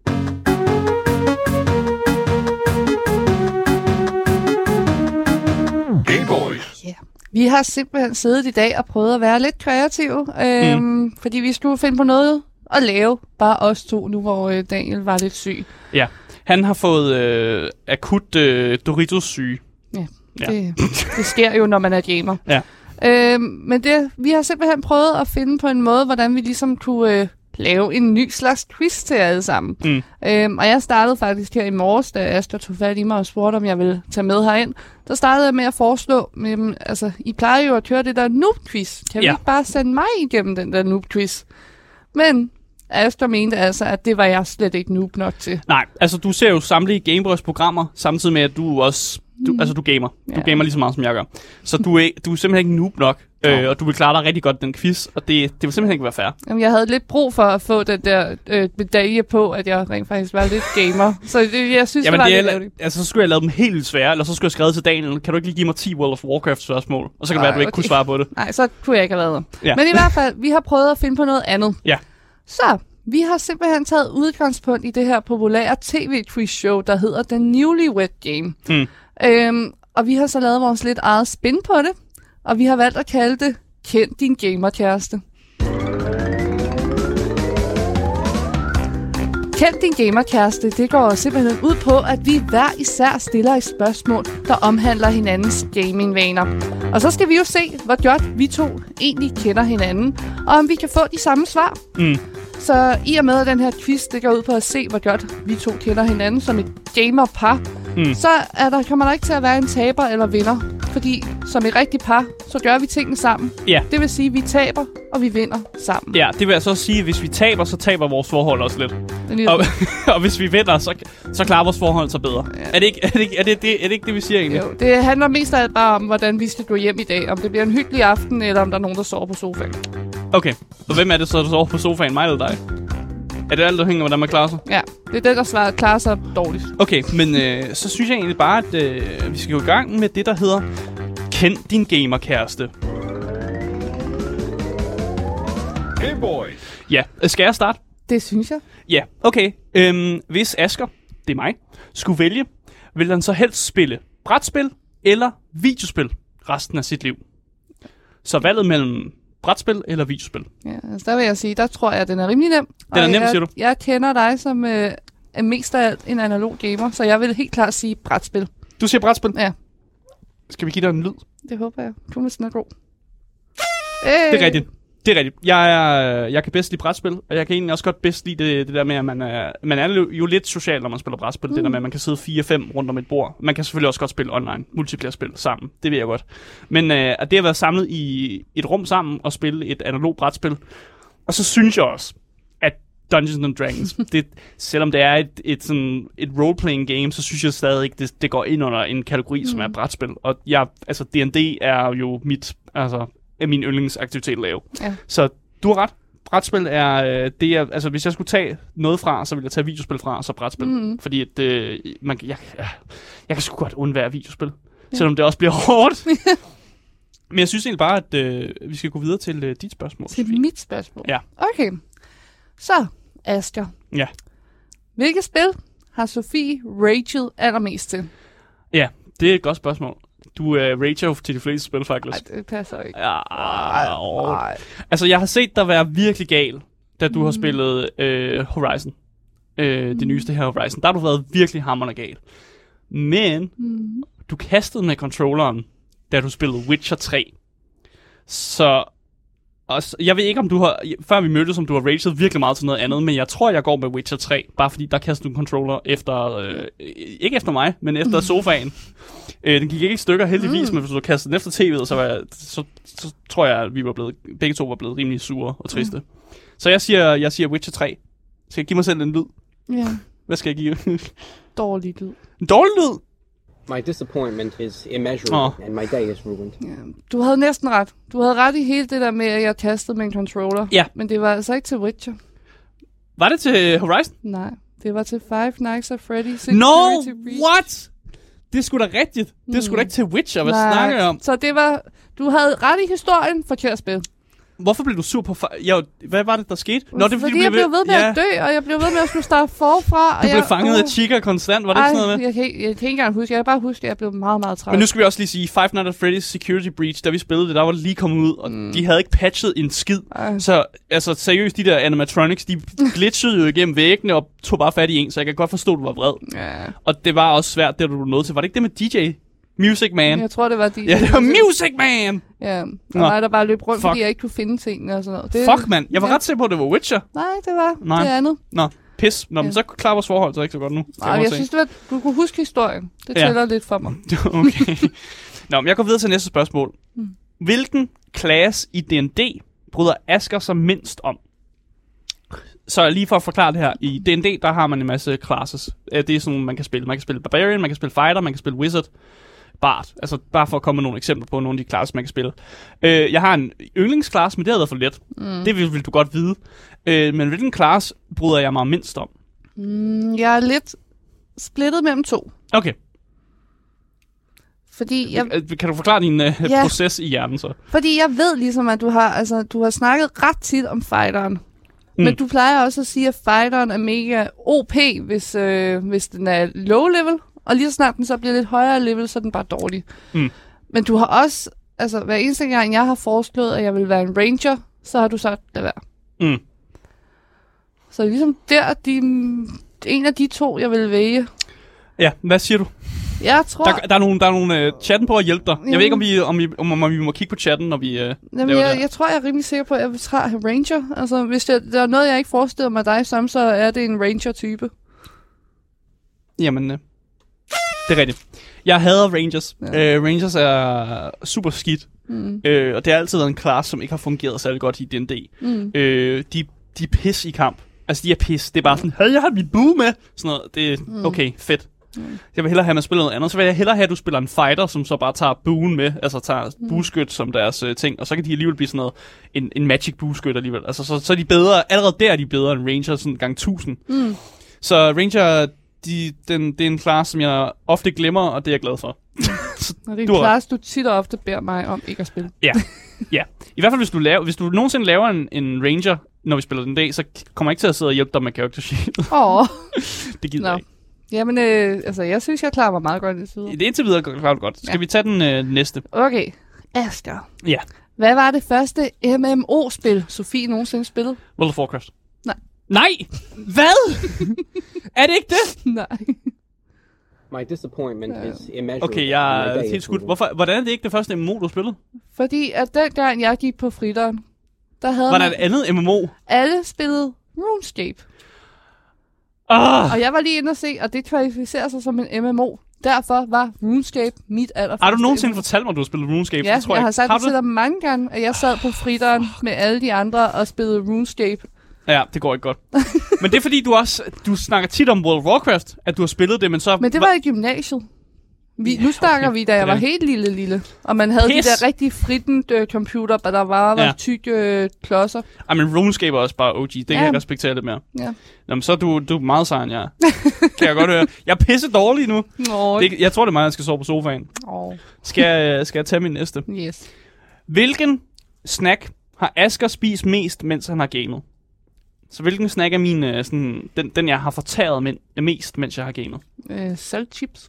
Yeah. Vi har simpelthen siddet i dag og prøvet at være lidt kreative, fordi vi skulle finde på noget at lave, bare os to nu, hvor Daniel var lidt syg. Ja, han har fået akut Doritos-syge. Ja, det sker jo, når man er gamer. Ja. Men vi har simpelthen prøvet at finde på en måde, hvordan vi ligesom kunne lave en ny slags quiz til alle sammen. Og jeg startede faktisk her i morges, da Asger tog fat i mig og spurgte, om jeg ville tage med herind. Der startede jeg med at foreslå, I plejer jo at køre det der noob-quiz. Kan vi ikke bare sende mig igennem den der noob-quiz? Men Asger mente altså, at det var jeg slet ikke noob nok til. Nej, altså du ser jo samtlige Gameboys programmer, samtidig med, at du også... Du gamer. Du gamer lige så meget, som jeg gør. Så du er simpelthen ikke noob nok, og du vil klare dig rigtig godt den quiz, og det vil simpelthen ikke være fair. Jamen, jeg havde lidt brug for at få den der medalje på, at jeg rent faktisk var lidt gamer. Så jeg synes, det var lidt ærgerligt. Altså, så skulle jeg lave dem helt vildt svære, eller så skulle jeg skrive til Daniel, kan du ikke lige give mig 10 World of Warcraft-spørgsmål? Og så kan det være, at du ikke kunne svare på det. Nej, så kunne jeg ikke have været der. Ja. Men i hvert fald, vi har prøvet at finde på noget andet. Ja. Så, vi har simpelthen taget udgangspunkt i det her populære tv-quiz-show, der hedder The Newlywed Game. Og vi har så lavet vores lidt eget spin på det, og vi har valgt at kalde det Kend din gamerkæreste. Kend din gamerkæreste, det går simpelthen ud på, at vi hver især stiller et spørgsmål, der omhandler hinandens gamingvaner. Og så skal vi jo se, hvor godt vi to egentlig kender hinanden, og om vi kan få de samme svar. Så i og med, at den her quiz det går ud på at se, hvor godt vi to kender hinanden som et gamerpar, så kommer der ikke til at være en taber eller vinder. Fordi som et rigtigt par, så gør vi tingene sammen. Ja. Det vil sige, at vi taber, og vi vinder sammen. Ja, det vil altså også sige, at hvis vi taber, så taber vores forhold også lidt. Og hvis vi vinder, så klarer vores forhold sig bedre. Ja. Er det ikke det, vi siger egentlig? Jo, det handler mest af alt bare om, hvordan vi skal gå hjem i dag. Om det bliver en hyggelig aften, eller om der er nogen, der sover på sofaen. Okay, og hvem er det så, der sover på sofaen? Mig eller dig? Er det alt, der hænger, hvordan man klarer sig? Ja, det er det, der klarer sig dårligt. Okay, men så synes jeg egentlig bare, at vi skal gå i gang med det, der hedder Kend din gamerkæreste. Hey boy. Ja, skal jeg starte? Det synes jeg. Ja, okay. Hvis Asger, det er mig, skulle vælge, vil han så helst spille brætspil eller videospil resten af sit liv? Så valget mellem brætspil eller videospil? Ja, altså der vil jeg sige, der tror jeg, at den er rimelig nem. Den er nem, siger du? Jeg kender dig som er mest af alt en analog gamer, så jeg vil helt klart sige brætspil. Du siger brætspil? Ja. Skal vi give dig en lyd? Det håber jeg. Du må sådan god. Det er rigtigt. Det er rigtigt. Jeg kan bedst lide brætspil, og jeg kan egentlig også godt bedst lide det der med, at man er jo lidt social, når man spiller brætspil. Det der med, at man kan sidde 4-5 rundt om et bord. Man kan selvfølgelig også godt spille online, multiplayer-spil sammen. Det ved jeg godt. Men at det at være samlet i et rum sammen og spille et analog brætspil. Og så synes jeg også, at Dungeons and Dragons, selvom det er et role-playing game, så synes jeg stadig ikke, det går ind under en kategori, som er brætspil. Og D&D er jo min yndlingsaktivitet at lave. Ja. Så du har ret. Brætspil er det, altså hvis jeg skulle tage noget fra, så ville jeg tage videospil fra, og så brætspil. Fordi at, jeg kan sgu godt undvære videospil, selvom det også bliver hårdt. Men jeg synes egentlig bare, at vi skal gå videre til dit spørgsmål. Til Sofie. mit spørgsmål? Ja. Okay. Så, Asger. Ja. Hvilket spil har Sofie raget allermest til? Ja, det er et godt spørgsmål. Du rager jo til de fleste spil, faktisk. Nej, det passer ikke. Nej. Altså, jeg har set dig være virkelig gal, da du har spillet Horizon. Det nyeste her Horizon. Der har du været virkelig hammerende gal. Men du kastede med controlleren, da du spillede Witcher 3. Så også, jeg ved ikke, om du har, før vi mødtes, om du har raget virkelig meget til noget andet, men jeg tror, jeg går med Witcher 3, bare fordi der kastede du en controller efter, ikke efter mig, men efter sofaen. Den gik ikke i stykker heldigvis, men hvis du kastede den efter tv'et, så tror jeg, at vi var begge to var blevet rimelig sure og triste. Så jeg siger Witcher 3. Skal jeg give mig selv en lyd? Ja. Hvad skal jeg give? Dårlig lyd. En dårlig lyd? My disappointment is immeasurable, and my day is ruined. Ja. Du havde næsten ret. Du havde ret i hele det der med, at jeg kastede med en controller. Ja. Men det var altså ikke til Witcher. Var det til Horizon? Nej, det var til Five Nights at Freddy's. No, what? Det er sgu da rigtigt. Det er sgu da ikke til Witcher. Hvad snakker jeg om? Så det var... Du havde ret i historien, forkert spil. Hvorfor blev du sur på... hvad var det, der skete? Nå, det fordi jeg blev ved med at dø, og jeg blev ved med at skulle starte forfra. Du blev fanget af Chica konstant, var det ikke sådan noget med? Jeg kan ikke engang huske. Jeg kan bare huske, at jeg blev meget, meget træt. Men nu skal vi også lige sige, Five Nights at Freddy's Security Breach, da vi spillede det, der var det lige kommet ud, og de havde ikke patchet en skid. Så altså, seriøst, de der animatronics, de glitchede jo igennem væggene og tog bare fat i en, så jeg kan godt forstå, at du var vred. Ja. Og det var også svært, det du var nødt til. Var det ikke det med DJ? Music Man. Jeg tror, det var DJ. Ja, det var Music Man! Ja, og mig, der bare løb rundt, fordi jeg ikke kunne finde tingene og sådan noget. Fuck, mand. Jeg var ret sikker på, at det var Witcher. Nej, det var det andet. Nå, pis. Nå, men så klarer vores forhold så ikke så godt nu. Nej, jeg synes, du kunne huske historien. Det tæller lidt for mig. Okay. Nå, men jeg går videre til næste spørgsmål. Hvilken klasse i D&D bryder Asger sig mindst om? Så lige for at forklare det her, i D&D, der har man en masse classes. Det er sådan, man kan spille. Man kan spille Barbarian, man kan spille Fighter, man kan spille Wizard, Bard. Altså bare for at komme med nogle eksempler på nogle af de classes, man kan spille. Jeg har en yndlingsklasse, men det har været for let. Det vil du godt vide. Men hvilken class bryder jeg mig mindst om? Jeg er lidt splittet mellem 2. Okay. Fordi Kan du forklare din proces i hjernen så? Fordi jeg ved ligesom, at du har snakket ret tit om fighteren. Men du plejer også at sige, at fighteren er mega OP, hvis den er low level. Og lige så snart den så bliver lidt højere level, så er den bare dårlig. Men du har også, altså hver eneste gang, jeg har foreslået, at jeg vil være en ranger, så har du sagt, lad være. Så ligesom en af de 2, jeg vil vælge. Ja, hvad siger du? Jeg tror... Der er nogle chatten på at hjælpe dig. Jeg ved ikke, om vi må kigge på chatten, når vi jeg tror, jeg er rimelig sikker på, at jeg vil træde ranger. Altså, hvis der er noget, jeg ikke forestiller mig dig som, så er det en ranger-type. Jamen, det er rigtigt. Jeg hader Rangers. Ja. Rangers er super skidt. Og det har altid været en class, som ikke har fungeret særlig godt i D&D. De er pis i kamp. Altså, de er pis. Det er bare sådan, jeg har mit bue med. Sådan noget. Det er okay, fedt. Jeg vil hellere have, at man spiller noget andet. Så vil jeg hellere have, at du spiller en fighter, som så bare tager buen med. Altså tager bueskyt som deres ting. Og så kan de alligevel blive sådan noget, en magic bueskyt alligevel. Altså, så er de bedre. Allerede der er de bedre end Ranger, sådan gang 1000. Så Ranger... det er en class, som jeg ofte glemmer, og det er jeg glad for. Og det er en class, du tit og ofte beder mig om ikke at spille. Ja. I hvert fald, hvis du nogensinde laver en ranger, når vi spiller den dag, så kommer jeg ikke til at sidde og hjælpe dig med character sheet. Det gider jeg ikke. Jamen, jeg synes, jeg klarer mig meget godt indtil videre. Det er indtil videre klarer du godt. Skal vi tage den næste? Okay. Asger. Ja. Hvad var det første MMO-spil, Sofie nogensinde spillede? World of Warcraft. Nej. Hvad? Er det ikke det? Nej. My disappointment is immeasurable. Okay, jeg er helt skudt. Hvordan er det ikke det første MMO, du spillede? Fordi at dengang jeg gik på fritteren, der havde var der et andet MMO? Alle spillede RuneScape. Og jeg var lige inde og se, og det kvalificerer sig som en MMO. Derfor var RuneScape mit allerførste. Har du nogensinde fortalt mig, at du har spillet RuneScape? Ja, jeg har sagt det til dig mange gange, at jeg sad på fritteren med alle de andre og spillede RuneScape. Ja, det går ikke godt. Men det er fordi, du snakker tit om World of Warcraft, at du har spillet det, men så... Men det var i gymnasiet. Nu snakker vi, da jeg var helt lille. Og man havde de der rigtig frittent computer, der var tykke klodser. Ej, men RuneScape er også bare OG. Det kan jeg respektere lidt mere. Ja. Nå, men så er du meget sejren, ja. Kan jeg godt høre. Jeg er pisse dårlig nu. Jeg tror, det er mig, der skal sove på sofaen. Skal jeg tage min næste? Yes. Hvilken snack har Asger spist mest, mens han har gamet? Så hvilken snack er min, den jeg har fortæret mest, mens jeg har gamet? Saltchips.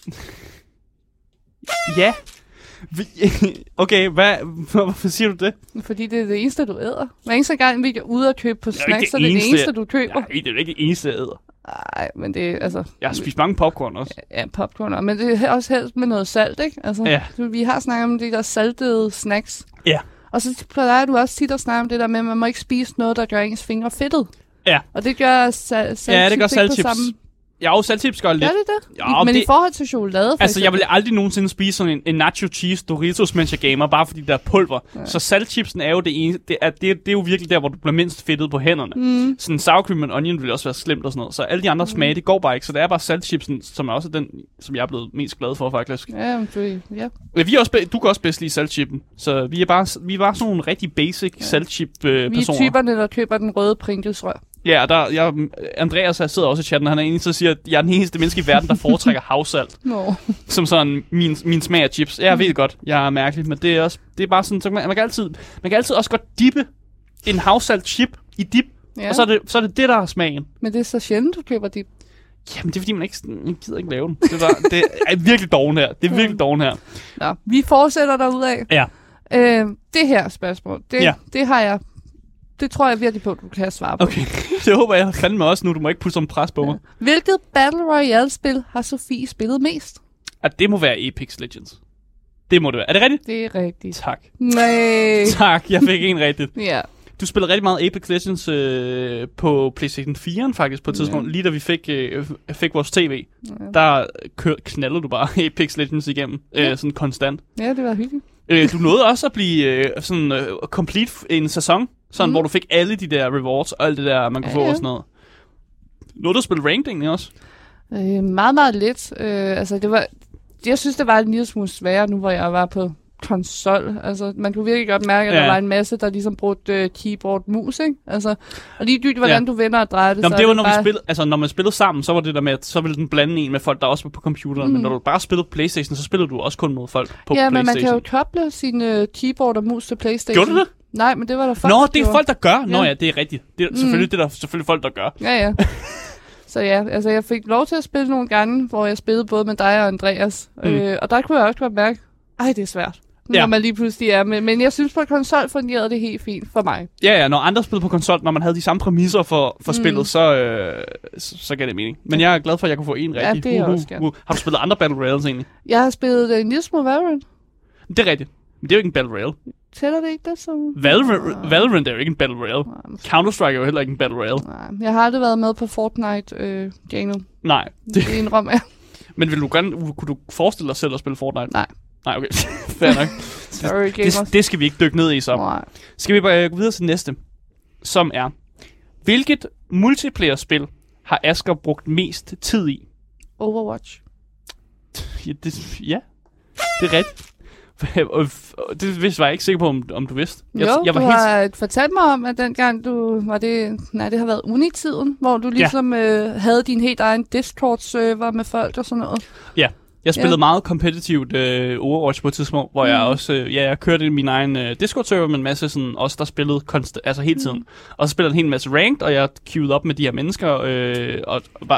Ja. Okay, hvorfor siger du det? Fordi det er det eneste, du æder. Hver eneste gang, vi er ude og købe på snacks, så er det det eneste, du køber. Nej, det er ikke det eneste, jeg æder. Nej, men det er altså... Jeg har spist mange popcorn også. Ja, popcorn, men det er også helst med noget salt, ikke? Altså, vi har snakket om de der saltede snacks. Ja. Og så plejer du også tit at snakke om det der med, at man må ikke spise noget, der gør ens fingre fedtet. Ja. Og det gør saltchips på samme... Ja, og saltchips gør lidt. Gør det? Ja, men i forhold til chokolade, altså, jeg vil aldrig nogensinde spise sådan en nacho cheese Doritos, mens jeg gamer, bare fordi der er pulver. Ja. Så saltchipsen er jo det ene. Det er jo virkelig der, hvor du bliver mindst fedtet på hænderne. Sådan sour cream and onion vil også være slemt og sådan noget. Så alle de andre smage, det går bare ikke. Så det er bare saltchipsen, som er også den, som jeg er blevet mest glad for, faktisk. Ja. Du kan også bedst lide saltchippen. Så vi er bare sådan nogle rigtig basic saltchip-personer. Vi er typerne, der køber den røde Pringles-rør. Ja, Andreas sidder også i chatten, og han er enig til at sige, at jeg er den eneste menneske i verden, der foretrækker havsalt. Som sådan min smag af chips. Jeg ved godt, jeg er mærkelig, men det er bare sådan, så man kan altid også godt dippe en havsalt chip i dip, og så er det der er smagen. Men det er så sjældent, du køber dip. Jamen, det er fordi, man gider ikke lave den. Det er virkelig doven her. Det er virkelig doven her. Nå, vi fortsætter derudad. Ja. Det her spørgsmål, det har jeg... Det tror jeg virkelig på, at du kan svare på. Okay, det håber jeg fandme også nu. Du må ikke putte sådan pres på mig. Hvilket Battle Royale-spil har Sofie spillet mest? At det må være Apex Legends. Det må det være. Er det rigtigt? Det er rigtigt. Tak. Nej. Tak, jeg fik en rigtigt. Ja. Du spillede rigtig meget Apex Legends på PlayStation 4'en faktisk på et tidspunkt. Lige da vi fik vores tv. Der knaldede du bare Apex Legends igennem. Sådan konstant. Ja, det var hyggeligt. Du nåede også at blive complete en sæson. Sådan, hvor du fik alle de der rewards og alt det der, man kunne få og sådan noget. Nåede du at spille ranked egentlig også? Meget, meget lidt. Jeg synes, det var en lille smule sværere, nu hvor jeg var på konsol. Altså, man kunne virkelig godt mærke, at der var en masse, der ligesom brugte keyboard-mus, ikke? Altså, og lige dybt, hvordan du vender og drejer det. Nå, det var, når vi spillede, altså, når man spillede sammen, så var det der med, at så ville den blande en med folk, der også var på computeren. Men når du bare spillede på PlayStation, så spillede du også kun mod folk på PlayStation. Ja, men man kan jo koble sine keyboard og mus til PlayStation. Gjorde du det? Nej, men det var der folk, Nå, det er folk, der gør. Nå ja, det er rigtigt. Det er selvfølgelig folk, der gør. Ja. Så ja, altså jeg fik lov til at spille nogle gange, hvor jeg spillede både med dig og Andreas. Og der kunne jeg også godt mærke, det er svært. Når man lige pludselig er med. Men jeg synes, på konsol fungerede det helt fint for mig. Ja, når andre spillede på konsol, når man havde de samme præmisser for spillet, så gav det mening. Men jeg er glad for, at jeg kunne få en rigtig. Ja, det er også gerne. Har du spillet andre Battle Royales egentlig? Jeg har spillet en lille smule Valorant. Det er rigtigt. Men det er jo ikke en Battle Royale. Tæller det ikke det som... Valorant er jo ikke en Battle Royale. Counter-Strike er jo heller ikke en Battle Royale. Nej, jeg har aldrig været med på Fortnite-gamet. Nej. Det er en rom, ja. Men kunne du forestille dig selv at spille Fortnite? Nej, okay. Fair nok. Sorry, gamers. Det skal vi ikke dykke ned i så. Nej. Skal vi bare gå videre til næste, som er, hvilket multiplayer-spil har Asger brugt mest tid i? Overwatch. Ja, det er rigtigt. Det var jeg ikke sikker på, om du vidste. Jeg var har fortalt mig om, at dengang det har været unitiden, hvor du ligesom havde din helt egen Discord-server med folk og sådan noget. Ja. Jeg spillede meget competitivt Overwatch på et tidspunkt, hvor jeg også jeg kørte min egen Discord-server med en masse sådan, også der spillede hele tiden. Og så spillede en hel masse ranked, og jeg queued op med de her mennesker, og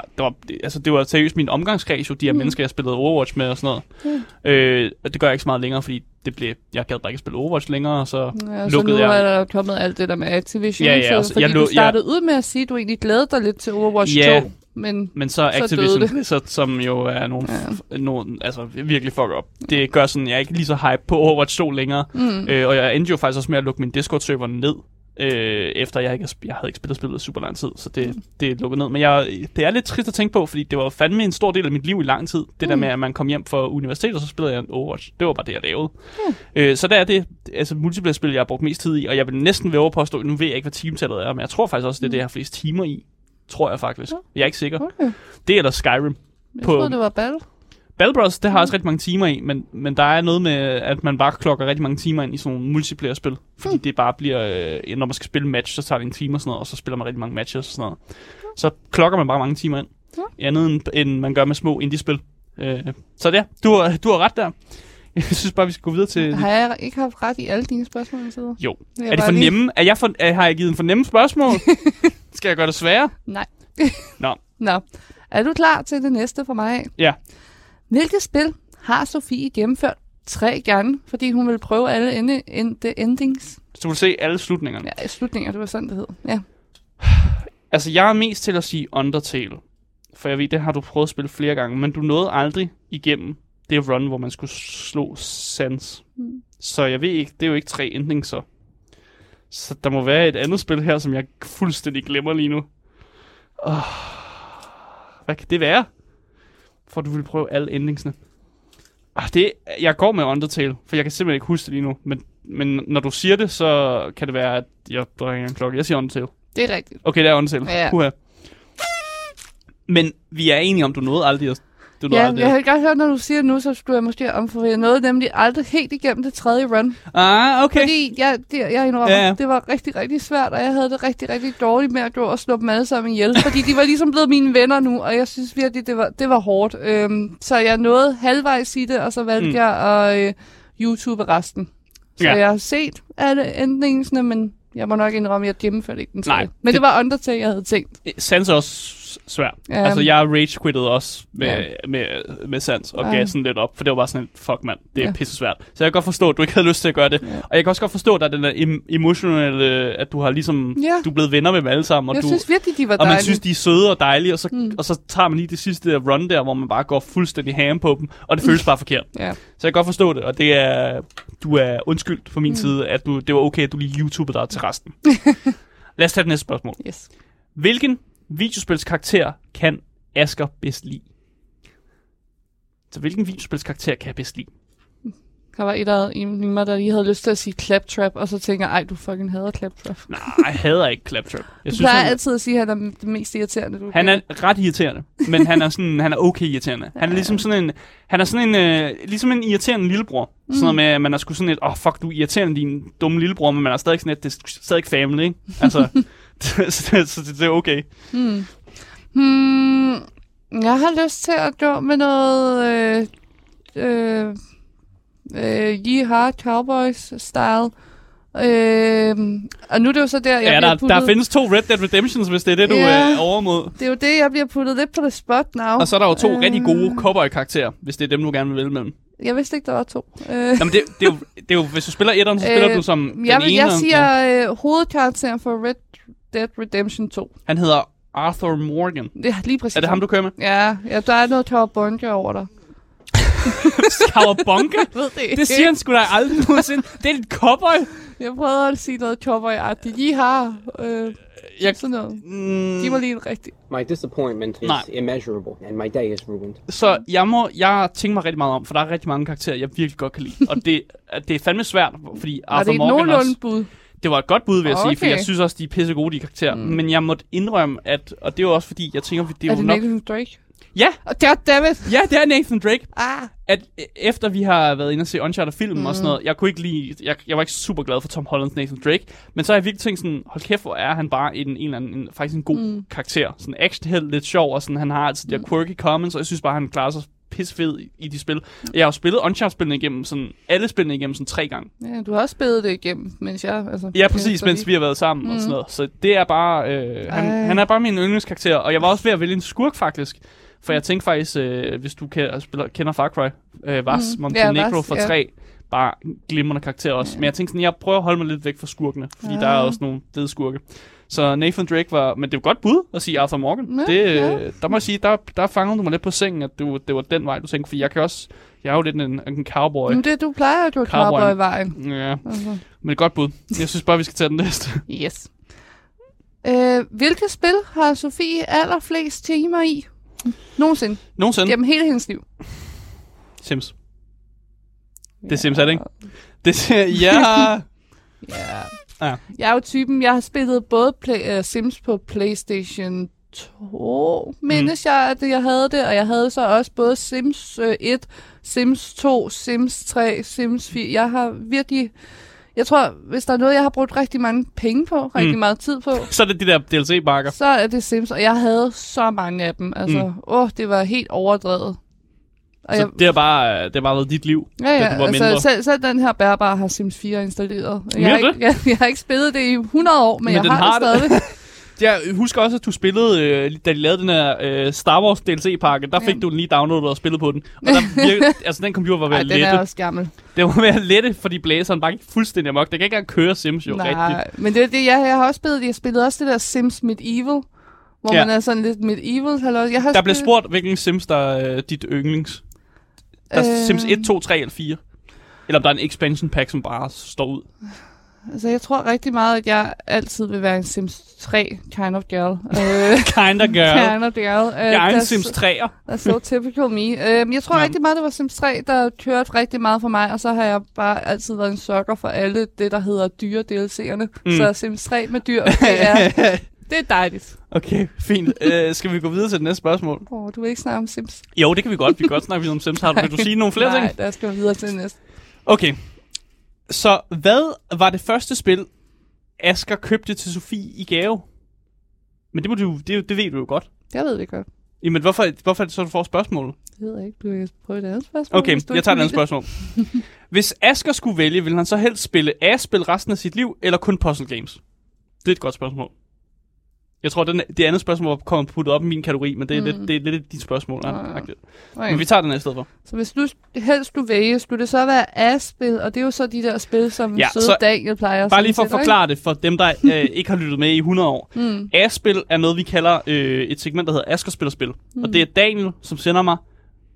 det var seriøst min omgangskreds, de her mennesker, jeg spillede Overwatch med og sådan noget. Det gør jeg ikke så meget længere, fordi jeg gad bare ikke spille Overwatch længere, og så lukkede jeg. Så nu er der kommet alt det der med Activision, fordi du startede ud med at sige, at du egentlig glædede dig lidt til Overwatch 2. Men så Activision Blizzard, som jo er nogle altså virkelig fuck up. Det gør sådan, jeg er ikke lige så hype på Overwatch 2 længere. Og jeg endte jo faktisk også med at lukke min Discord-server ned, efter jeg havde ikke spillet spillet super lang tid, så det er lukket ned. Men det er lidt trist at tænke på, fordi det var fandme en stor del af mit liv i lang tid. Det der med, at man kom hjem fra universitetet, og så spillede jeg en Overwatch. Det var bare det, jeg lavede. Så der er det altså multiplayer-spil, jeg har brugt mest tid i, og jeg vil næsten være overpåstå, nu ved jeg ikke, hvad timetallet er, men jeg tror faktisk også, det er det, jeg har flest timer i. Tror jeg faktisk. Jeg er ikke sikker. Okay. Det eller Skyrim. Jeg troede, det var Battle Bros, det har også rigtig mange timer i, men der er noget med, at man bare klokker rigtig mange timer ind i sådan nogle multiplayer-spil. Fordi det bare bliver, når man skal spille match, så tager det en time og sådan noget, og så spiller man rigtig mange matches og sådan noget. Så klokker man bare mange timer ind. Andet end man gør med små indie-spil. Så ja, du har ret der. Jeg synes bare, vi skal gå videre til... Har jeg ikke haft ret i alle dine spørgsmål? Jo. Er det for nemme? Har jeg givet en for nemme spørgsmål? Skal jeg gøre det sværere? Nej. Nå. Er du klar til det næste for mig? Ja. Hvilket spil har Sofie gennemført 3 gange, fordi hun ville prøve alle endings? Så du vil se alle slutningerne? Ja, slutninger, det var sådan, det hed. Ja. Altså, jeg er mest til at sige Undertale. For jeg ved, det har du prøvet at spille flere gange, men du nåede aldrig igennem det run, hvor man skulle slå Sans. Så jeg ved ikke, det er jo ikke 3 endings så. Så der må være et andet spil her, som jeg fuldstændig glemmer lige nu. Hvad kan det være? For du vil prøve alle endingsene. Jeg går med Undertale, for jeg kan simpelthen ikke huske det lige nu. Men når du siger det, så kan det være, at jeg ringer en klokke. Jeg siger Undertale. Det er rigtigt. Okay, det er Undertale. Ja. Men vi er enige om, du nåede aldrig at... Jeg har godt hørt, når du siger nu, så skulle jeg måske omforvirre. Jeg nåede nemlig aldrig helt igennem det 3. run. Okay. Fordi jeg indrømmer, det var rigtig, rigtig svært, og jeg havde det rigtig, rigtig dårligt med at gå og slå dem alle sammen ihjel. Fordi de var ligesom blevet mine venner nu, og jeg synes virkelig, det var hårdt. Så jeg nåede halvvejs i det, og så valgte jeg at YouTube resten. Så jeg har set alle endingsene, men jeg må nok indrømme, at jeg gennemførte ikke den 3. Men det var Undertale, jeg havde tænkt. Sans også svært. Altså, jeg rage-quittede også med Sans og gav sådan lidt op, for det var bare sådan, fuck mand, det er pisse svært. Så jeg kan godt forstå, at du ikke havde lyst til at gøre det. Og jeg kan også godt forstå, at der er den der emotionelle, at du har ligesom, du er blevet venner med dem alle sammen. Og jeg synes virkelig, de var dejlige. Og man synes, de er søde og dejlige, og så tager man lige det sidste run der, hvor man bare går fuldstændig ham på dem, og det føles bare forkert. Så jeg kan godt forstå det, og det er, du er undskyldt fra min side, at det var okay, at du lige YouTubede dig til resten. Lad os tage det næste spørgsmål. Yes. Hvilken videospilskarakter kan Asger bedst lide? Så hvilken videospilskarakter kan jeg bedst lide? Der var et af mig, der lige havde lyst til at sige Claptrap, og så tænker jeg, ej, du fucking hader Claptrap. Nej, jeg hader ikke Claptrap. Jeg synes, plejer altid at sige, at han er det mest irriterende, du Han er ret irriterende, men han er okay irriterende. Han er ligesom sådan en, ligesom en irriterende lillebror. Sådan noget med, at man er sgu sådan et, fuck, du er irriterende, din dumme lillebror, men man er stadig sådan et, det er stadig family, ikke? Altså, så det er okay. Jeg har lyst til at gå med noget Yeehaw Cowboys-style. Og nu er det jo så der, jeg bliver puttet... der findes 2 Red Dead Redemptions, hvis det er det, du er over mod. Det er jo det, jeg bliver puttet lidt på det spot now. Og så er der jo 2 rigtig gode cowboy-karakterer, hvis det er dem, du gerne vil vælge mellem. Jeg vidste ikke, der var 2. Jamen, det er jo, hvis du spiller etteren, så spiller du som den ene. Jeg siger hovedkarakteren for Red Dead Redemption 2. Han hedder Arthur Morgan. Det er lige præcis. Er det ham, du kører med? Ja, der er noget Cowabunga over dig. Cowabunga? Det siger han sgu da aldrig nogensinde. Det er et cowboy. Jeg prøvede at sige noget cowboy-agtigt. I har sådan noget. De var lige rigtigt. My disappointment is immeasurable, and my day is ruined. Så jeg tænker mig rigtig meget om, for der er rigtig mange karakterer, jeg virkelig godt kan lide. Og det er fandme svært, fordi Arthur Morgan også... bud? Det var et godt bud, vil jeg sige, for jeg synes også, de er pissegode, de karakterer. Men jeg måtte indrømme, at... Og det er jo også fordi, jeg tænker, det er jo nok... Nathan Drake? Ja! Goddammit! Ja, det er Nathan Drake. At efter vi har været inde og se Uncharted-filmen og sådan noget, jeg kunne ikke lide... Jeg var ikke super glad for Tom Hollands Nathan Drake, men så har jeg virkelig tænkt sådan, hold kæft, hvor er han bare faktisk en god karakter. Sådan actionheld, lidt sjov, og sådan, han har altid de der quirky comments, og jeg synes bare, han klarer sig pissefed i de spil. Jeg har jo spillet Uncharted-spillene igennem, sådan, alle spillene igennem sådan 3 gange. Ja, du har også spillet det igennem, mens jeg... Altså, ja, præcis, mens vi har været sammen og sådan noget. Så det er bare... han er bare min yndlingskarakter, og jeg var også ved at vælge en skurk, faktisk. For jeg tænkte faktisk, hvis du kender Far Cry, Vas Montenegro fra 3, bare glimrende karakter også. Men jeg tænkte sådan, jeg prøver at holde mig lidt væk fra skurkene, fordi der er også nogle fede skurke. Så Nathan Drake var... Men det er jo godt bud at sige Arthur Morgan. Der må jeg sige, der fangede du mig lidt på sengen, at det var den vej, du tænkte. For jeg er jo lidt en cowboy. Men det, du plejer at gå cowboy-vejen. Ja, men et godt bud. Jeg synes bare, vi skal tage den næste. Yes. Hvilket spil har Sofie allerflest timer i? Nogensinde. Gennem hele hendes liv. Sims. Det er Sims, er det ikke? Ja. Jeg er jo typen, jeg har spillet både Sims på PlayStation 2, mindes jeg, at jeg havde det, og jeg havde så også både Sims 1, Sims 2, Sims 3, Sims 4. Jeg har virkelig... Jeg tror, hvis der er noget, jeg har brugt rigtig mange penge på, rigtig meget tid på... Så er det de der DLC-bakker. Så er det Sims, og jeg havde så mange af dem. Altså, det var helt overdrevet. Og så det har bare været dit liv, ja, da du var mindre? Selv den her bærbare har Sims 4 installeret. Jeg har ikke spillet det i 100 år, men jeg har det stadig. Jeg husker også, at du spillede, da de lavede den her Star Wars DLC-pakke, der fik du den lige downloadet og spillet på den. Og der den computer var ved at lette. Den er også gammel. Det var ved at lette, fordi blæseren bare gik fuldstændig amok. Det kan ikke engang køre Sims jo rigtigt. Nej, men det er det, jeg har også spillet. Jeg spillede også det der Sims Medieval, hvor man er sådan lidt medieval. Der blev spurgt, hvilken Sims der er dit yndlings. Der er Sims 1, 2, 3 eller 4. Eller om der er en expansion pack, som bare står ud. Altså, jeg tror rigtig meget, at jeg altid vil være en Sims 3 kind of girl. Kind of girl. Jeg er en Sims 3'er. That's so typical me. Jeg tror rigtig meget, det var Sims 3, der kørte rigtig meget for mig, og så har jeg bare altid været en sucker for alle det, der hedder dyre DLC'erne. Så Sims 3 med dyr, det er dejligt. Okay, fint. Skal vi gå videre til det næste spørgsmål? Du vil ikke snakke om Sims? Jo, det kan vi godt. Vi kan godt snakke om Sims. Vil du sige nogle flere ting? Nej, der skal vi videre til det næste. Okay. Så hvad var det første spil, Asger købte til Sofie i gave? Men det ved du jo godt. Jeg ved det godt. Jamen, hvorfor er det så, du får spørgsmålet? Det ved jeg ikke. Du kan prøve et andet spørgsmål. Okay, jeg tager et andet spørgsmål. Hvis Asger skulle vælge, ville han så helst spille A-spil resten af sit liv, eller kun puzzle games? Det er et godt spørgsmål. Jeg tror, det andet spørgsmål kommer puttet op i min kategori, men det er lidt dit spørgsmål. Okay. Men vi tager den i stedet for. Så hvis du helst du vælge, skulle det så være A-spil, og det er jo så de der spil, som søde Daniel plejer at bare lige for at forklare det for dem, der ikke har lyttet med i 100 år. A-spil er noget, vi kalder et segment, der hedder Asger spiller spil. Og det er Daniel, som sender mig...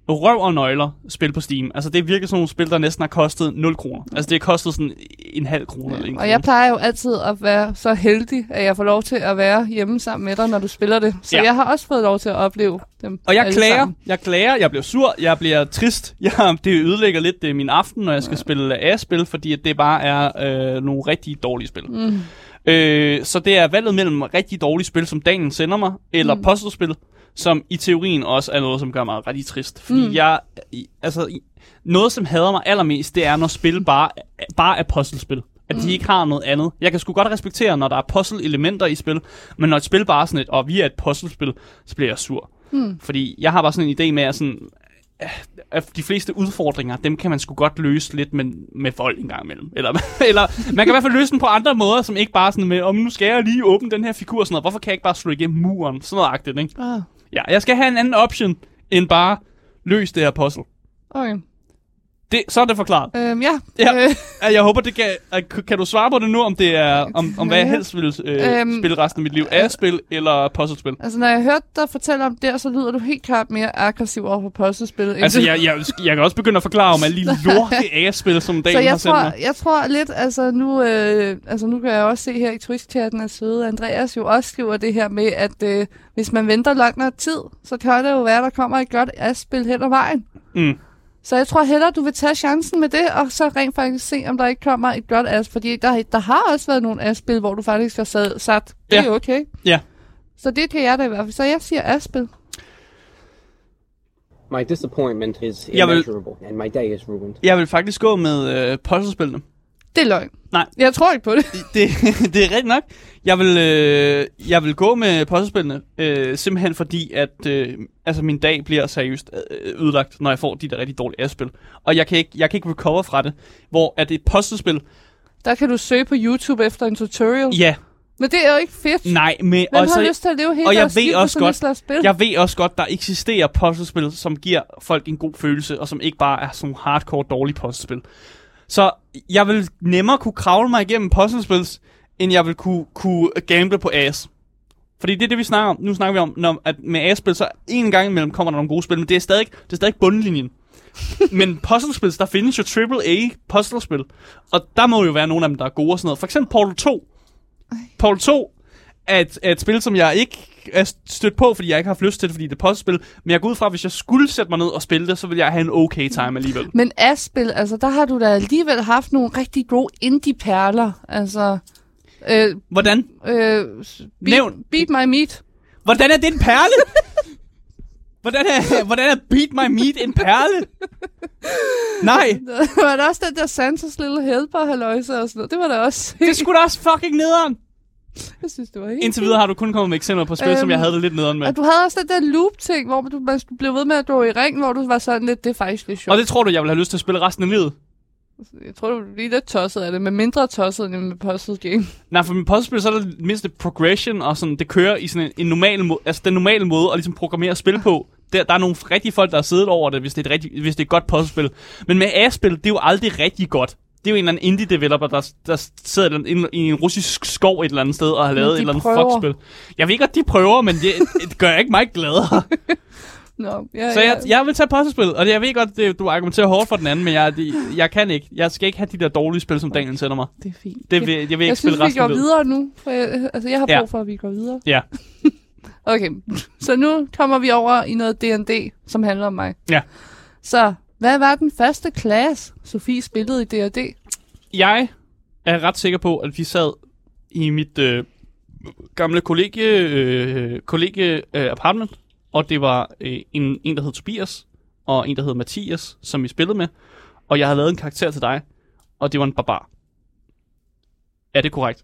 røv og nøgler spil på Steam. Altså, det er virkelig sådan nogle spil, der næsten har kostet 0 kroner. Altså, det har kostet sådan en halv krone eller en krone. Og jeg plejer jo altid at være så heldig, at jeg får lov til at være hjemme sammen med dig, når du spiller det. Så jeg har også fået lov til at opleve dem. Og jeg klager, jeg bliver sur, jeg bliver trist. Det ødelægger lidt min aften, når jeg skal spille A-spil, fordi det bare er nogle rigtig dårlige spil. Så det er valget mellem rigtig dårlige spil, som Daniel sender mig, eller puzzlespil, som i teorien også er noget, som gør mig rigtig trist. Fordi noget, som hader mig allermest, det er, når spil bare er puzzlespil. At de ikke har noget andet. Jeg kan sgu godt respektere, når der er puzzle-elementer i spil, men når et spil bare er sådan et, vi er et puzzlespil, så bliver jeg sur. Fordi jeg har bare sådan en idé med, at de fleste udfordringer, dem kan man sgu godt løse lidt med vold en gang imellem. Eller man kan i hvert fald løse dem på andre måder, som ikke bare sådan med, nu skal jeg lige åbne den her figur, sådan noget. Hvorfor kan jeg ikke bare slå igennem muren? Sådan noget agtigt, ikke? Ja, jeg skal have en anden option, end bare løse det her puzzle. Okay. Så er det forklaret. Jeg håber, det kan du svare på det nu, om det er om hvad jeg helst vil spille resten af mit liv? A-spil eller puzzlespil? Altså, når jeg hørte dig fortælle om det, så lyder du helt klart mere aggressiv over for puzzlespil. Altså, jeg kan også begynde at forklare om alle de lorte A-spil, som Daniel har sendt mig. Jeg tror lidt, nu kan jeg også se her i Twitch-chatten, at søde Andreas jo også skriver det her med, at hvis man venter lang nok tid, så kan det jo være, at der kommer et godt A-spil hen ad vejen. Så jeg tror hellere, du vil tage chancen med det, og så rent faktisk se, om der ikke kommer et godt as. Fordi der har også været nogle as-spil, hvor du faktisk har sat. Det er okay. Ja. Så det kan jeg da i hvert fald. Så jeg siger as-spil. My disappointment is immeasurable, and my day is ruined. Jeg vil faktisk gå med puzzlespillene. Det er løgn. Nej. Jeg tror ikke på det. Det er rigtigt nok. Jeg vil gå med puzzlespillene, simpelthen fordi, at min dag bliver seriøst ødelagt, når jeg får de der rigtig dårlige A-spil. Og jeg kan ikke recover fra det, hvor at et puzzlespil... Der kan du søge på YouTube efter en tutorial. Ja. Men det er jo ikke fedt. Nej, men... Hvem har lyst til at leve hele deres liv på sådan et slags spil? Jeg ved også godt, der eksisterer puzzlespil, som giver folk en god følelse, og som ikke bare er sådan hardcore dårlige puzzlespil. Så jeg vil nemmere kunne kravle mig igennem puzzlespils, end jeg vil kunne gamble på As. Fordi det er det, vi snakker om. Nu snakker vi om, at med A-spil, så en gang imellem kommer der nogle gode spil, men det er stadig bundlinjen. Men puzzlespil, der findes jo AAA puzzlespil, og der må jo være nogle af dem, der er gode og sådan noget. For eksempel Portal 2. Portal 2 er et spil, som jeg ikke er stødt på, fordi jeg ikke har haft lyst til det, fordi det er puzzlespil. Men jeg går ud fra, at hvis jeg skulle sætte mig ned og spille det, så ville jeg have en okay time alligevel. Men A-spil, altså der har du da alligevel haft nogle rigtig gode indie-perler. Altså... Hvordan? Beat My Meat. Hvordan er det en perle? Hvordan er Beat My Meat en perle? Nej. Var der også den der Santas lille helper-halløjse og sådan noget? Det var der også. Det skulle da også fucking nederen. Jeg synes, det var helt... Indtil videre har du kun kommet med eksempler på spil, som jeg havde det lidt nederen med. Og du havde også den der loop-ting, hvor du blev ved med at gå i ring, hvor du var sådan lidt, det er faktisk lidt sjovt. Og det tror du, jeg vil have lyst til at spille resten af livet? Jeg tror, du bliver lidt tosset af det, men mindre tosset end med puzzle game. Nej, for med puzzlespil, så er der mindst progression, og sådan, det kører i sådan en normal måde, altså den normale måde at ligesom programmere spil på. Der er nogle rigtige folk, der har siddet over det, hvis det er et godt puzzlespil. Men med A-spil, det er jo aldrig rigtig godt. Det er jo en eller anden indie-developer, der sidder i en russisk skov et eller andet sted og har lavet et eller andet fuck-spil. Jeg ved godt, de prøver, men det gør ikke mig gladere. Så jeg vil tage puzzlespil, og jeg ved godt, du argumenterer hårdt for den anden, men jeg kan ikke. Jeg skal ikke have de der dårlige spil, som Daniel sender mig. Det er fint. Jeg vil ikke spille resten af Jeg synes, vi går videre nu. For jeg har brug for, at vi går videre. Ja. Okay, så nu kommer vi over i noget D&D, som handler om mig. Ja. Så, hvad var den første klasse, Sofie spillede i D&D? Jeg er ret sikker på, at vi sad i mit gamle kollegie apartment, og det var en, der hed Tobias, og en, der hed Mathias, som vi spillede med, og jeg havde lavet en karakter til dig, og det var en barbar. Er det korrekt?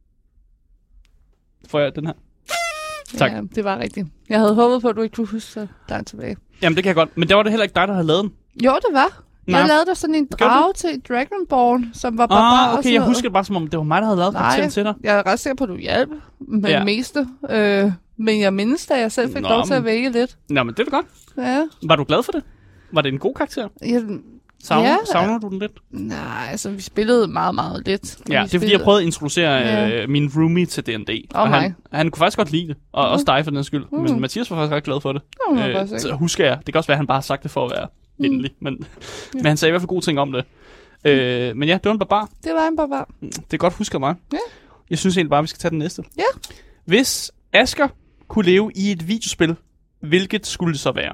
Får jeg den her? Tak. Ja, det var rigtigt. Jeg havde håbet på, at du ikke kunne huske så langt tilbage. Jamen, det kan jeg godt. Men det var det heller ikke dig, der havde lavet den. Jo, det var. Jeg lavede der sådan en drage til Dragonborn, som var bare okay, jeg husker det bare som om, det var mig, der havde lavet karakteren til dig. Jeg er ret sikker på, at du hjalp med det meste. Men jeg mindes, at jeg selv fik lov til at vælge lidt. Nå, men det er da godt. Ja. Var du glad for det? Var det en god karakter? Savner du den lidt? Nej, altså vi spillede meget, meget lidt. Ja, det er fordi, jeg prøvede at introducere min roomie til D&D. Og han kunne faktisk godt lide det, og også dig for den skyld. Men Mathias var faktisk ret glad for det. Så husker jeg. Det kan også være, at han bare har sagt det for at være venlig. Men han sagde i hvert fald gode ting om det. Men ja, det var en barbar. Det var en barbar. Det er godt huske af mig. Ja. Jeg synes egentlig bare, vi skal tage den næste. Ja. Hvis Asger kunne leve i et videospil, hvilket skulle det så være?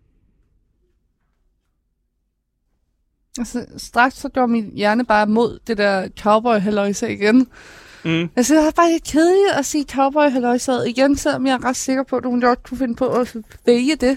Altså, straks så går min hjerne bare mod det der cowboy-halløjse igen. Altså, det er bare lidt kedeligt at sige cowboy-halløjse igen, selvom jeg er ret sikker på, at du godt kunne finde på at vælge det.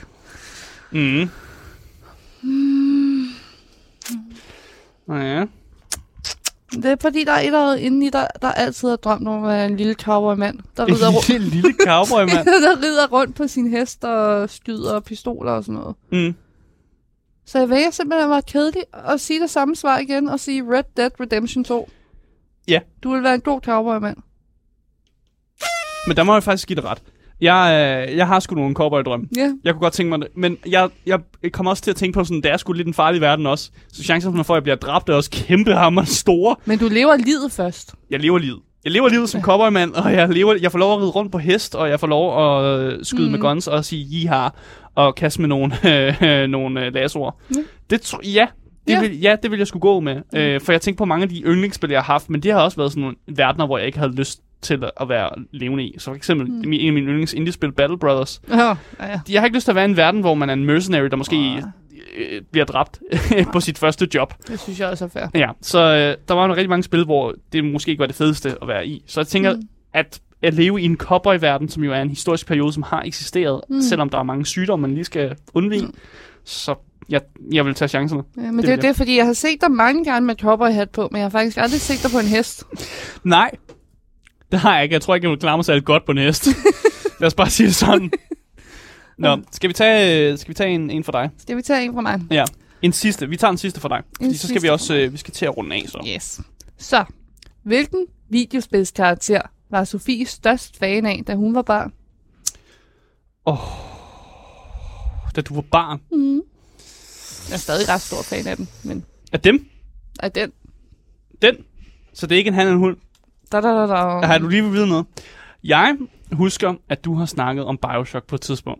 Ja. Det er fordi, der er et eller andet inde i der altid har drømt om at være en lille cowboy-mand. En lille cowboy-mand? Der rider rundt på sin hest og skyder pistoler og sådan noget. Så jeg vælger simpelthen at være kedelig og sige det samme svar igen og sige Red Dead Redemption 2. Ja. Du vil være en god cowboy-mand. Men der må jeg faktisk give det ret. Jeg har sgu nogle cowboy-drømme. Yeah. Jeg kunne godt tænke mig det. Men jeg kommer også til at tænke på, sådan, det er sgu lidt en farlig verden også. Så chancen for, at jeg bliver dræbt, er også kæmpehammer store. Men du lever livet først. Jeg lever livet. Jeg lever livet som cowboymand, og jeg får lov at ride rundt på hest, og jeg får lov at skyde med guns og sige jiha, og kaste med nogle lassoer. Det vil jeg sgu gå med. For jeg tænker på mange af de yndlingsspil, jeg har haft, men det har også været sådan nogle verdener, hvor jeg ikke havde lyst til at være levende i. Så for eksempel en af mine yndlings indie-spil, Battle Brothers. Jeg har ikke lyst til at være i en verden, hvor man er en mercenary, der måske bliver dræbt på sit første job. Det synes jeg også er fair. Ja, så der var rigtig mange spil, hvor det måske ikke var det fedeste at være i. Så jeg tænker, at leve i en cowboy-verden, som jo er en historisk periode, som har eksisteret, selvom der er mange sygdomme, man lige skal undvige, så jeg vil tage chancerne. Ja, men det er det, fordi jeg har set dig mange gange med cowboy-hat på, men jeg har faktisk aldrig set dig på en hest. Nej, det har jeg ikke. Jeg tror ikke, jeg vil klare mig særlig godt på en hest. Lad os bare sige det sådan. Nå, skal vi tage en for dig? Skal vi tage en fra mig? Ja, en sidste. Vi tager en sidste for dig. Fordi så skal vi også vi skal til at runde af. Så. Yes. Så, hvilken videospilskarakter var Sofie størst fan af, da hun var barn? Da du var barn? Jeg er stadig ret stor fan af dem, men... Af dem? Af den. Den? Så det er ikke en han eller en hund? Har du lige vil vide noget? Jeg husker, at du har snakket om BioShock på et tidspunkt.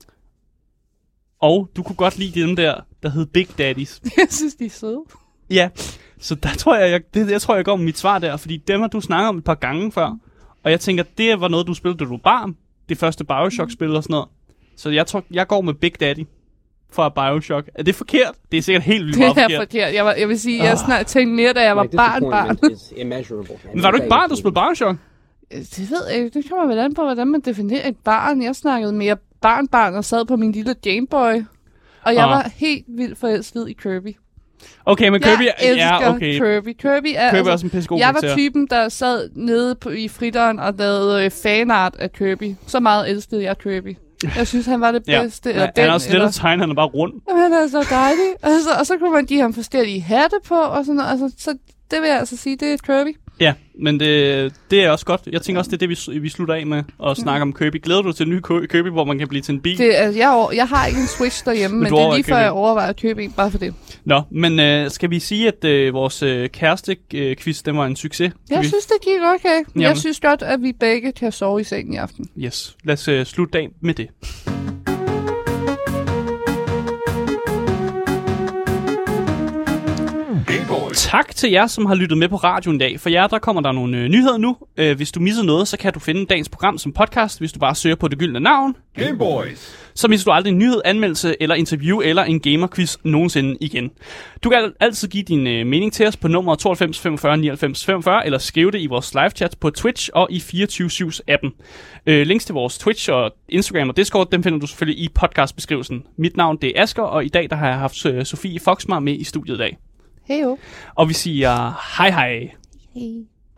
Og du kunne godt lide dem der hed Big Daddies. Jeg synes, de er søde. Ja, så der tror jeg går med mit svar der, fordi dem har du snakket om et par gange før. Og jeg tænker, det var noget, du spillede, da du var barn. Det første BioShock-spil og sådan noget. Så jeg tror, jeg går med Big Daddy fra BioShock. Er det forkert? Det er sikkert helt vildt meget forkert. Det er forkert. Jeg vil sige, jeg snart tænkte mere, da jeg var barn. Men var du ikke barn, du spillede BioShock? Det ved jeg ikke. Det kommer vel an på, hvordan man definerer et barn. Jeg snakkede mere barn og sad på min lille Gameboy. Og jeg var helt vildt forelsket i Kirby. Okay, men Kirby... Jeg elsker Kirby. Kirby er også en pissegod jeg var typen, der sad nede i fritteren og lavede fanart af Kirby. Så meget elskede jeg Kirby. Jeg synes, han var det bedste. Ja, han er også lidt at tegne, han er bare rund. Han er så dejlig. Og så kunne man give ham forskellige hatte på, og sådan noget. Altså, så det vil jeg altså sige, det er Kirby. Ja, men det er også godt. Jeg tænker også, det er det, vi slutter af med at snakke om Kirby. Glæder du til en ny Kirby, hvor man kan blive til en bil? Jeg har ikke en Switch derhjemme, men det er lige før jeg overvejer at købe en, bare for det. Nå, men skal vi sige, at vores kæreste-quiz, den var en succes? Jeg synes, det gik okay. Jamen. Jeg synes godt, at vi begge kan sove i sengen i aften. Yes, lad os slutte dagen med det. Tak til jer, som har lyttet med på radioen i dag. For jer, der kommer der nogle nyheder nu. Hvis du missede noget, så kan du finde dagens program som podcast, hvis du bare søger på det gyldne navn. Gameboys. Så misser du aldrig en nyhed, anmeldelse eller interview eller en gamerquiz nogensinde igen. Du kan altid give din mening til os på nummer 92 45 99 45, eller skrive det i vores live chat på Twitch og i 24/7's appen. Links til vores Twitch og Instagram og Discord, dem finder du selvfølgelig i podcastbeskrivelsen. Mit navn det er Asger, og i dag der har jeg haft Sofie Foxmar med i studiet i dag. Heyo. Og vi siger hej hej. Hej.